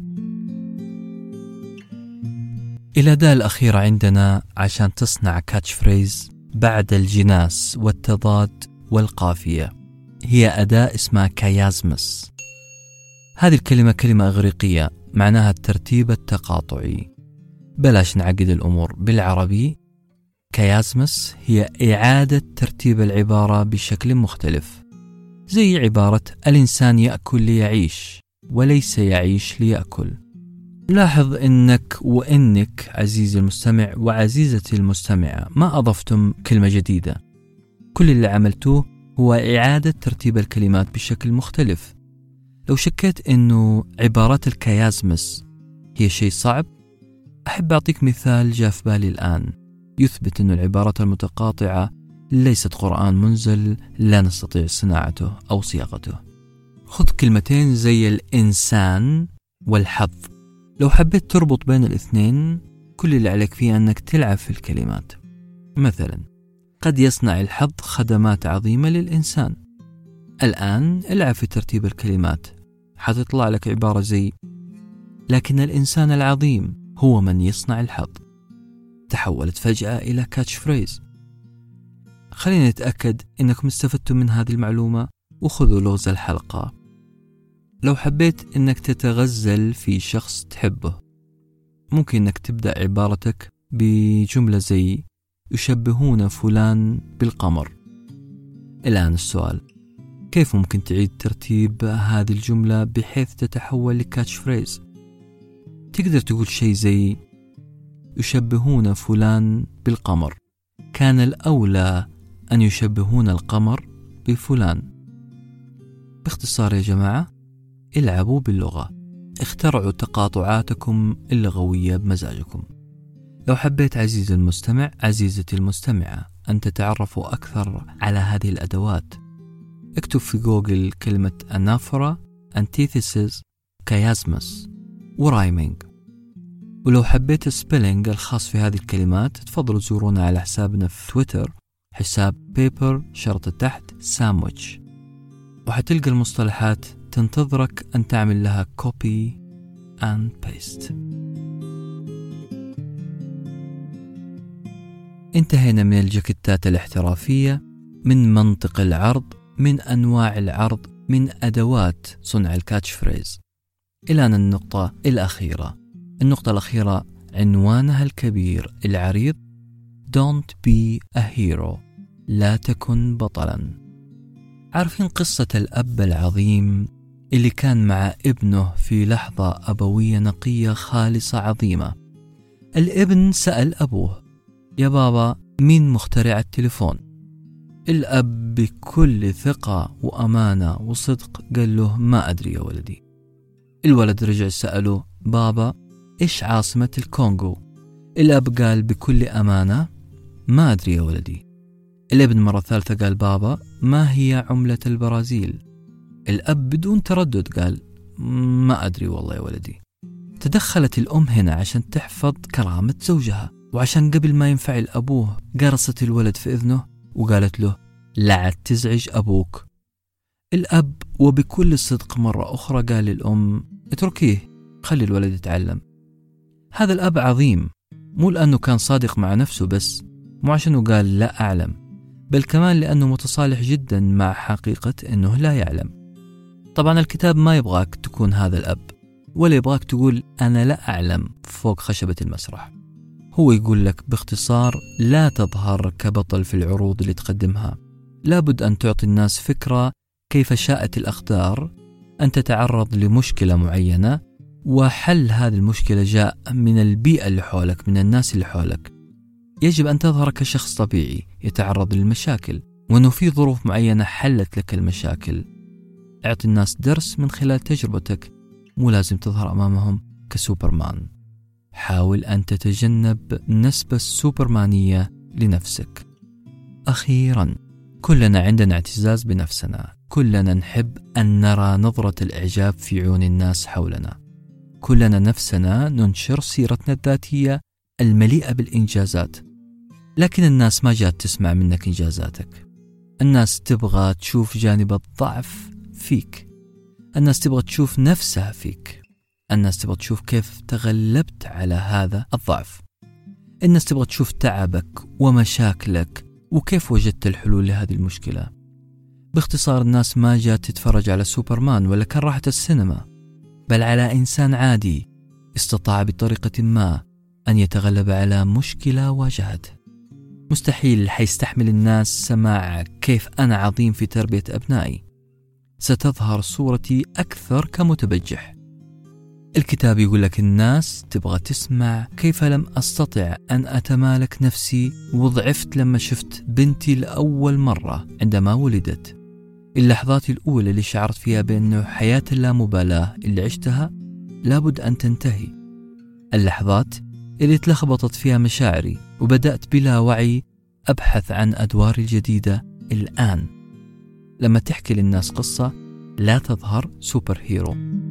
الأداة الأخيرة عندنا عشان تصنع كاتش فريز بعد الجناس والتضاد والقافية هي أداة اسمها كيازمس. هذه الكلمة كلمة إغريقية معناها الترتيب التقاطعي. بلاش نعقد الأمور، بالعربي كيازمس هي إعادة ترتيب العبارة بشكل مختلف، زي عبارة الإنسان يأكل ليعيش وليس يعيش ليأكل. لاحظ إنك وإنك عزيزي المستمع وعزيزتي المستمعة ما أضفتم كلمة جديدة، كل اللي عملتوه هو إعادة ترتيب الكلمات بشكل مختلف. لو شكيت إنه عبارات الكيازمس هي شيء صعب، أحب أعطيك مثال جاء في بالي الآن يثبت إنه العبارات المتقاطعة ليست قرآن منزل لا نستطيع صناعته أو صياغته. خذ كلمتين زي الإنسان والحظ، لو حبيت تربط بين الاثنين كل اللي عليك فيه أنك تلعب في الكلمات. مثلا قد يصنع الحظ خدمات عظيمة للإنسان. الآن العب في ترتيب الكلمات، حتطلع لك عبارة زي لكن الإنسان العظيم هو من يصنع الحظ. تحولت فجأة إلى كاتش فريز. خلينا نتأكد إنكم استفدتم من هذه المعلومة وخذوا لغز الحلقة. لو حبيت إنك تتغزل في شخص تحبه، ممكن إنك تبدأ عبارتك بجملة زي يشبهون فلان بالقمر. الآن السؤال، كيف ممكن تعيد ترتيب هذه الجملة بحيث تتحول لكاتش فريز؟ تقدر تقول شيء زي يشبهون فلان بالقمر، كان الأولى أن يشبهون القمر بفلان. باختصار يا جماعة، العبوا باللغة، اخترعوا تقاطعاتكم اللغوية بمزاجكم. لو حبيت عزيزي المستمع عزيزتي المستمعة أن تتعرفوا أكثر على هذه الأدوات، اكتب في جوجل كلمة أنافورا، أنتيثيسيس، كيازمس ورايمينج. ولو حبيت السبيلينج الخاص في هذه الكلمات تفضلوا تزورونا على حسابنا في تويتر، حساب بيبر شرطة تحت ساندويتش، وحتلقى المصطلحات تنتظرك أن تعمل لها كوبي أند بيست. انتهينا من الجاكيتات الاحترافية، من منطق العرض، من أنواع العرض، من أدوات صنع الكاتش فريز. إلى النقطة الأخيرة. النقطة الأخيرة عنوانها الكبير العريض Don't be a hero، لا تكن بطلا. عارفين قصة الأب العظيم اللي كان مع ابنه في لحظة أبوية نقية خالصة عظيمة؟ الابن سأل أبوه يا بابا مين مخترع التليفون؟ الأب بكل ثقة وأمانة وصدق قال له ما أدري يا ولدي. الولد رجع سأله بابا إيش عاصمة الكونغو؟ الأب قال بكل أمانة ما أدري يا ولدي. الابن مرة ثالثة قال بابا ما هي عملة البرازيل؟ الأب بدون تردد قال ما أدري والله يا ولدي. تدخلت الأم هنا عشان تحفظ كرامة زوجها، وعشان قبل ما ينفعل أبوه قرصت الولد في إذنه وقالت له لا تزعج أبوك. الأب وبكل صدق مرة أخرى قال للأم اتركيه، خلي الولد يتعلم. هذا الأب عظيم، مو لأنه كان صادق مع نفسه بس، مو عشانه قال لا أعلم، بل كمان لأنه متصالح جدا مع حقيقة أنه لا يعلم. طبعا الكتاب ما يبغاك تكون هذا الأب، ولا يبغاك تقول أنا لا أعلم فوق خشبة المسرح. هو يقول لك باختصار لا تظهر كبطل في العروض اللي تقدمها، لابد أن تعطي الناس فكرة كيف شاءت الأقدار أن تتعرض لمشكلة معينة، وحل هذه المشكلة جاء من البيئة اللي حولك، من الناس اللي حولك. يجب أن تظهر كشخص طبيعي يتعرض للمشاكل، وأنه في ظروف معينة حلت لك المشاكل. اعطي الناس درس من خلال تجربتك، مو لازم تظهر أمامهم كسوبرمان. حاول أن تتجنب نسب السوبرمانية لنفسك. أخيرا، كلنا عندنا اعتزاز بنفسنا، كلنا نحب أن نرى نظرة الإعجاب في عيون الناس حولنا، كلنا نفسنا ننشر سيرتنا الذاتية المليئة بالإنجازات. لكن الناس ما جات تسمع منك إنجازاتك، الناس تبغى تشوف جانب الضعف فيك، الناس تبغى تشوف نفسها فيك، الناس تبغى تشوف كيف تغلبت على هذا الضعف، الناس تبغى تشوف تعبك ومشاكلك وكيف وجدت الحلول لهذه المشكلة. باختصار، الناس ما جات تتفرج على سوبرمان ولا كان راحت السينما، بل على إنسان عادي استطاع بطريقة ما أن يتغلب على مشكلة واجهته. مستحيل حيستحمل الناس سماع كيف أنا عظيم في تربية أبنائي، ستظهر صورتي أكثر كمتبجح. الكتاب يقول لك الناس تبغى تسمع كيف لم أستطع أن أتمالك نفسي وضعفت لما شفت بنتي لأول مرة عندما ولدت. اللحظات الأولى اللي شعرت فيها بأنه حياة اللامبالاة اللي عشتها لابد أن تنتهي، اللحظات اللي تلخبطت فيها مشاعري وبدأت بلا وعي أبحث عن أدواري الجديدة. الآن لما تحكي للناس قصة لا تظهر سوبر هيرو.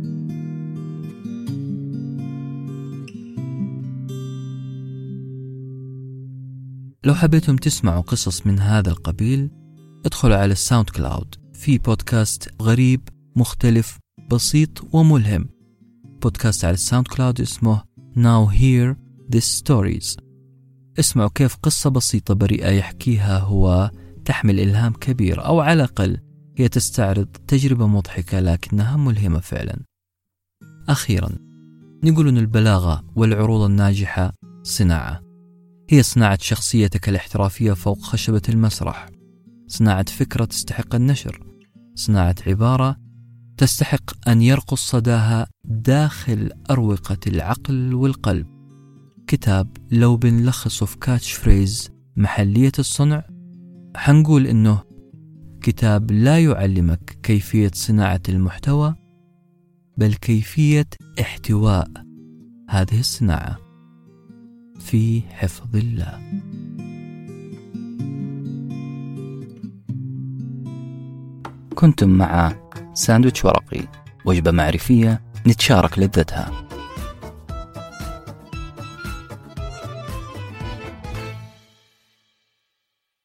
لو حبيتم تسمعوا قصص من هذا القبيل ادخلوا على الساوند كلاود، في بودكاست غريب مختلف بسيط وملهم، بودكاست على الساوند كلاود اسمه Now Hear These Stories. اسمعوا كيف قصة بسيطة بريئة يحكيها هو تحمل إلهام كبير، أو على الأقل هي تستعرض تجربة مضحكة لكنها ملهمة فعلا. أخيرا، نقول أن البلاغة والعروض الناجحة صناعة، هي صناعة شخصيتك الاحترافية فوق خشبة المسرح، صناعة فكرة تستحق النشر، صناعة عبارة تستحق أن يرقص صداها داخل أروقة العقل والقلب. كتاب لو بنلخصه في كاتش فريز محلية الصنع، حنقول إنه كتاب لا يعلمك كيفية صناعة المحتوى، بل كيفية احتواء هذه الصناعة في حفظ الله. كنتم مع ساندويتش ورقي، وجبة معرفية نتشارك لذتها.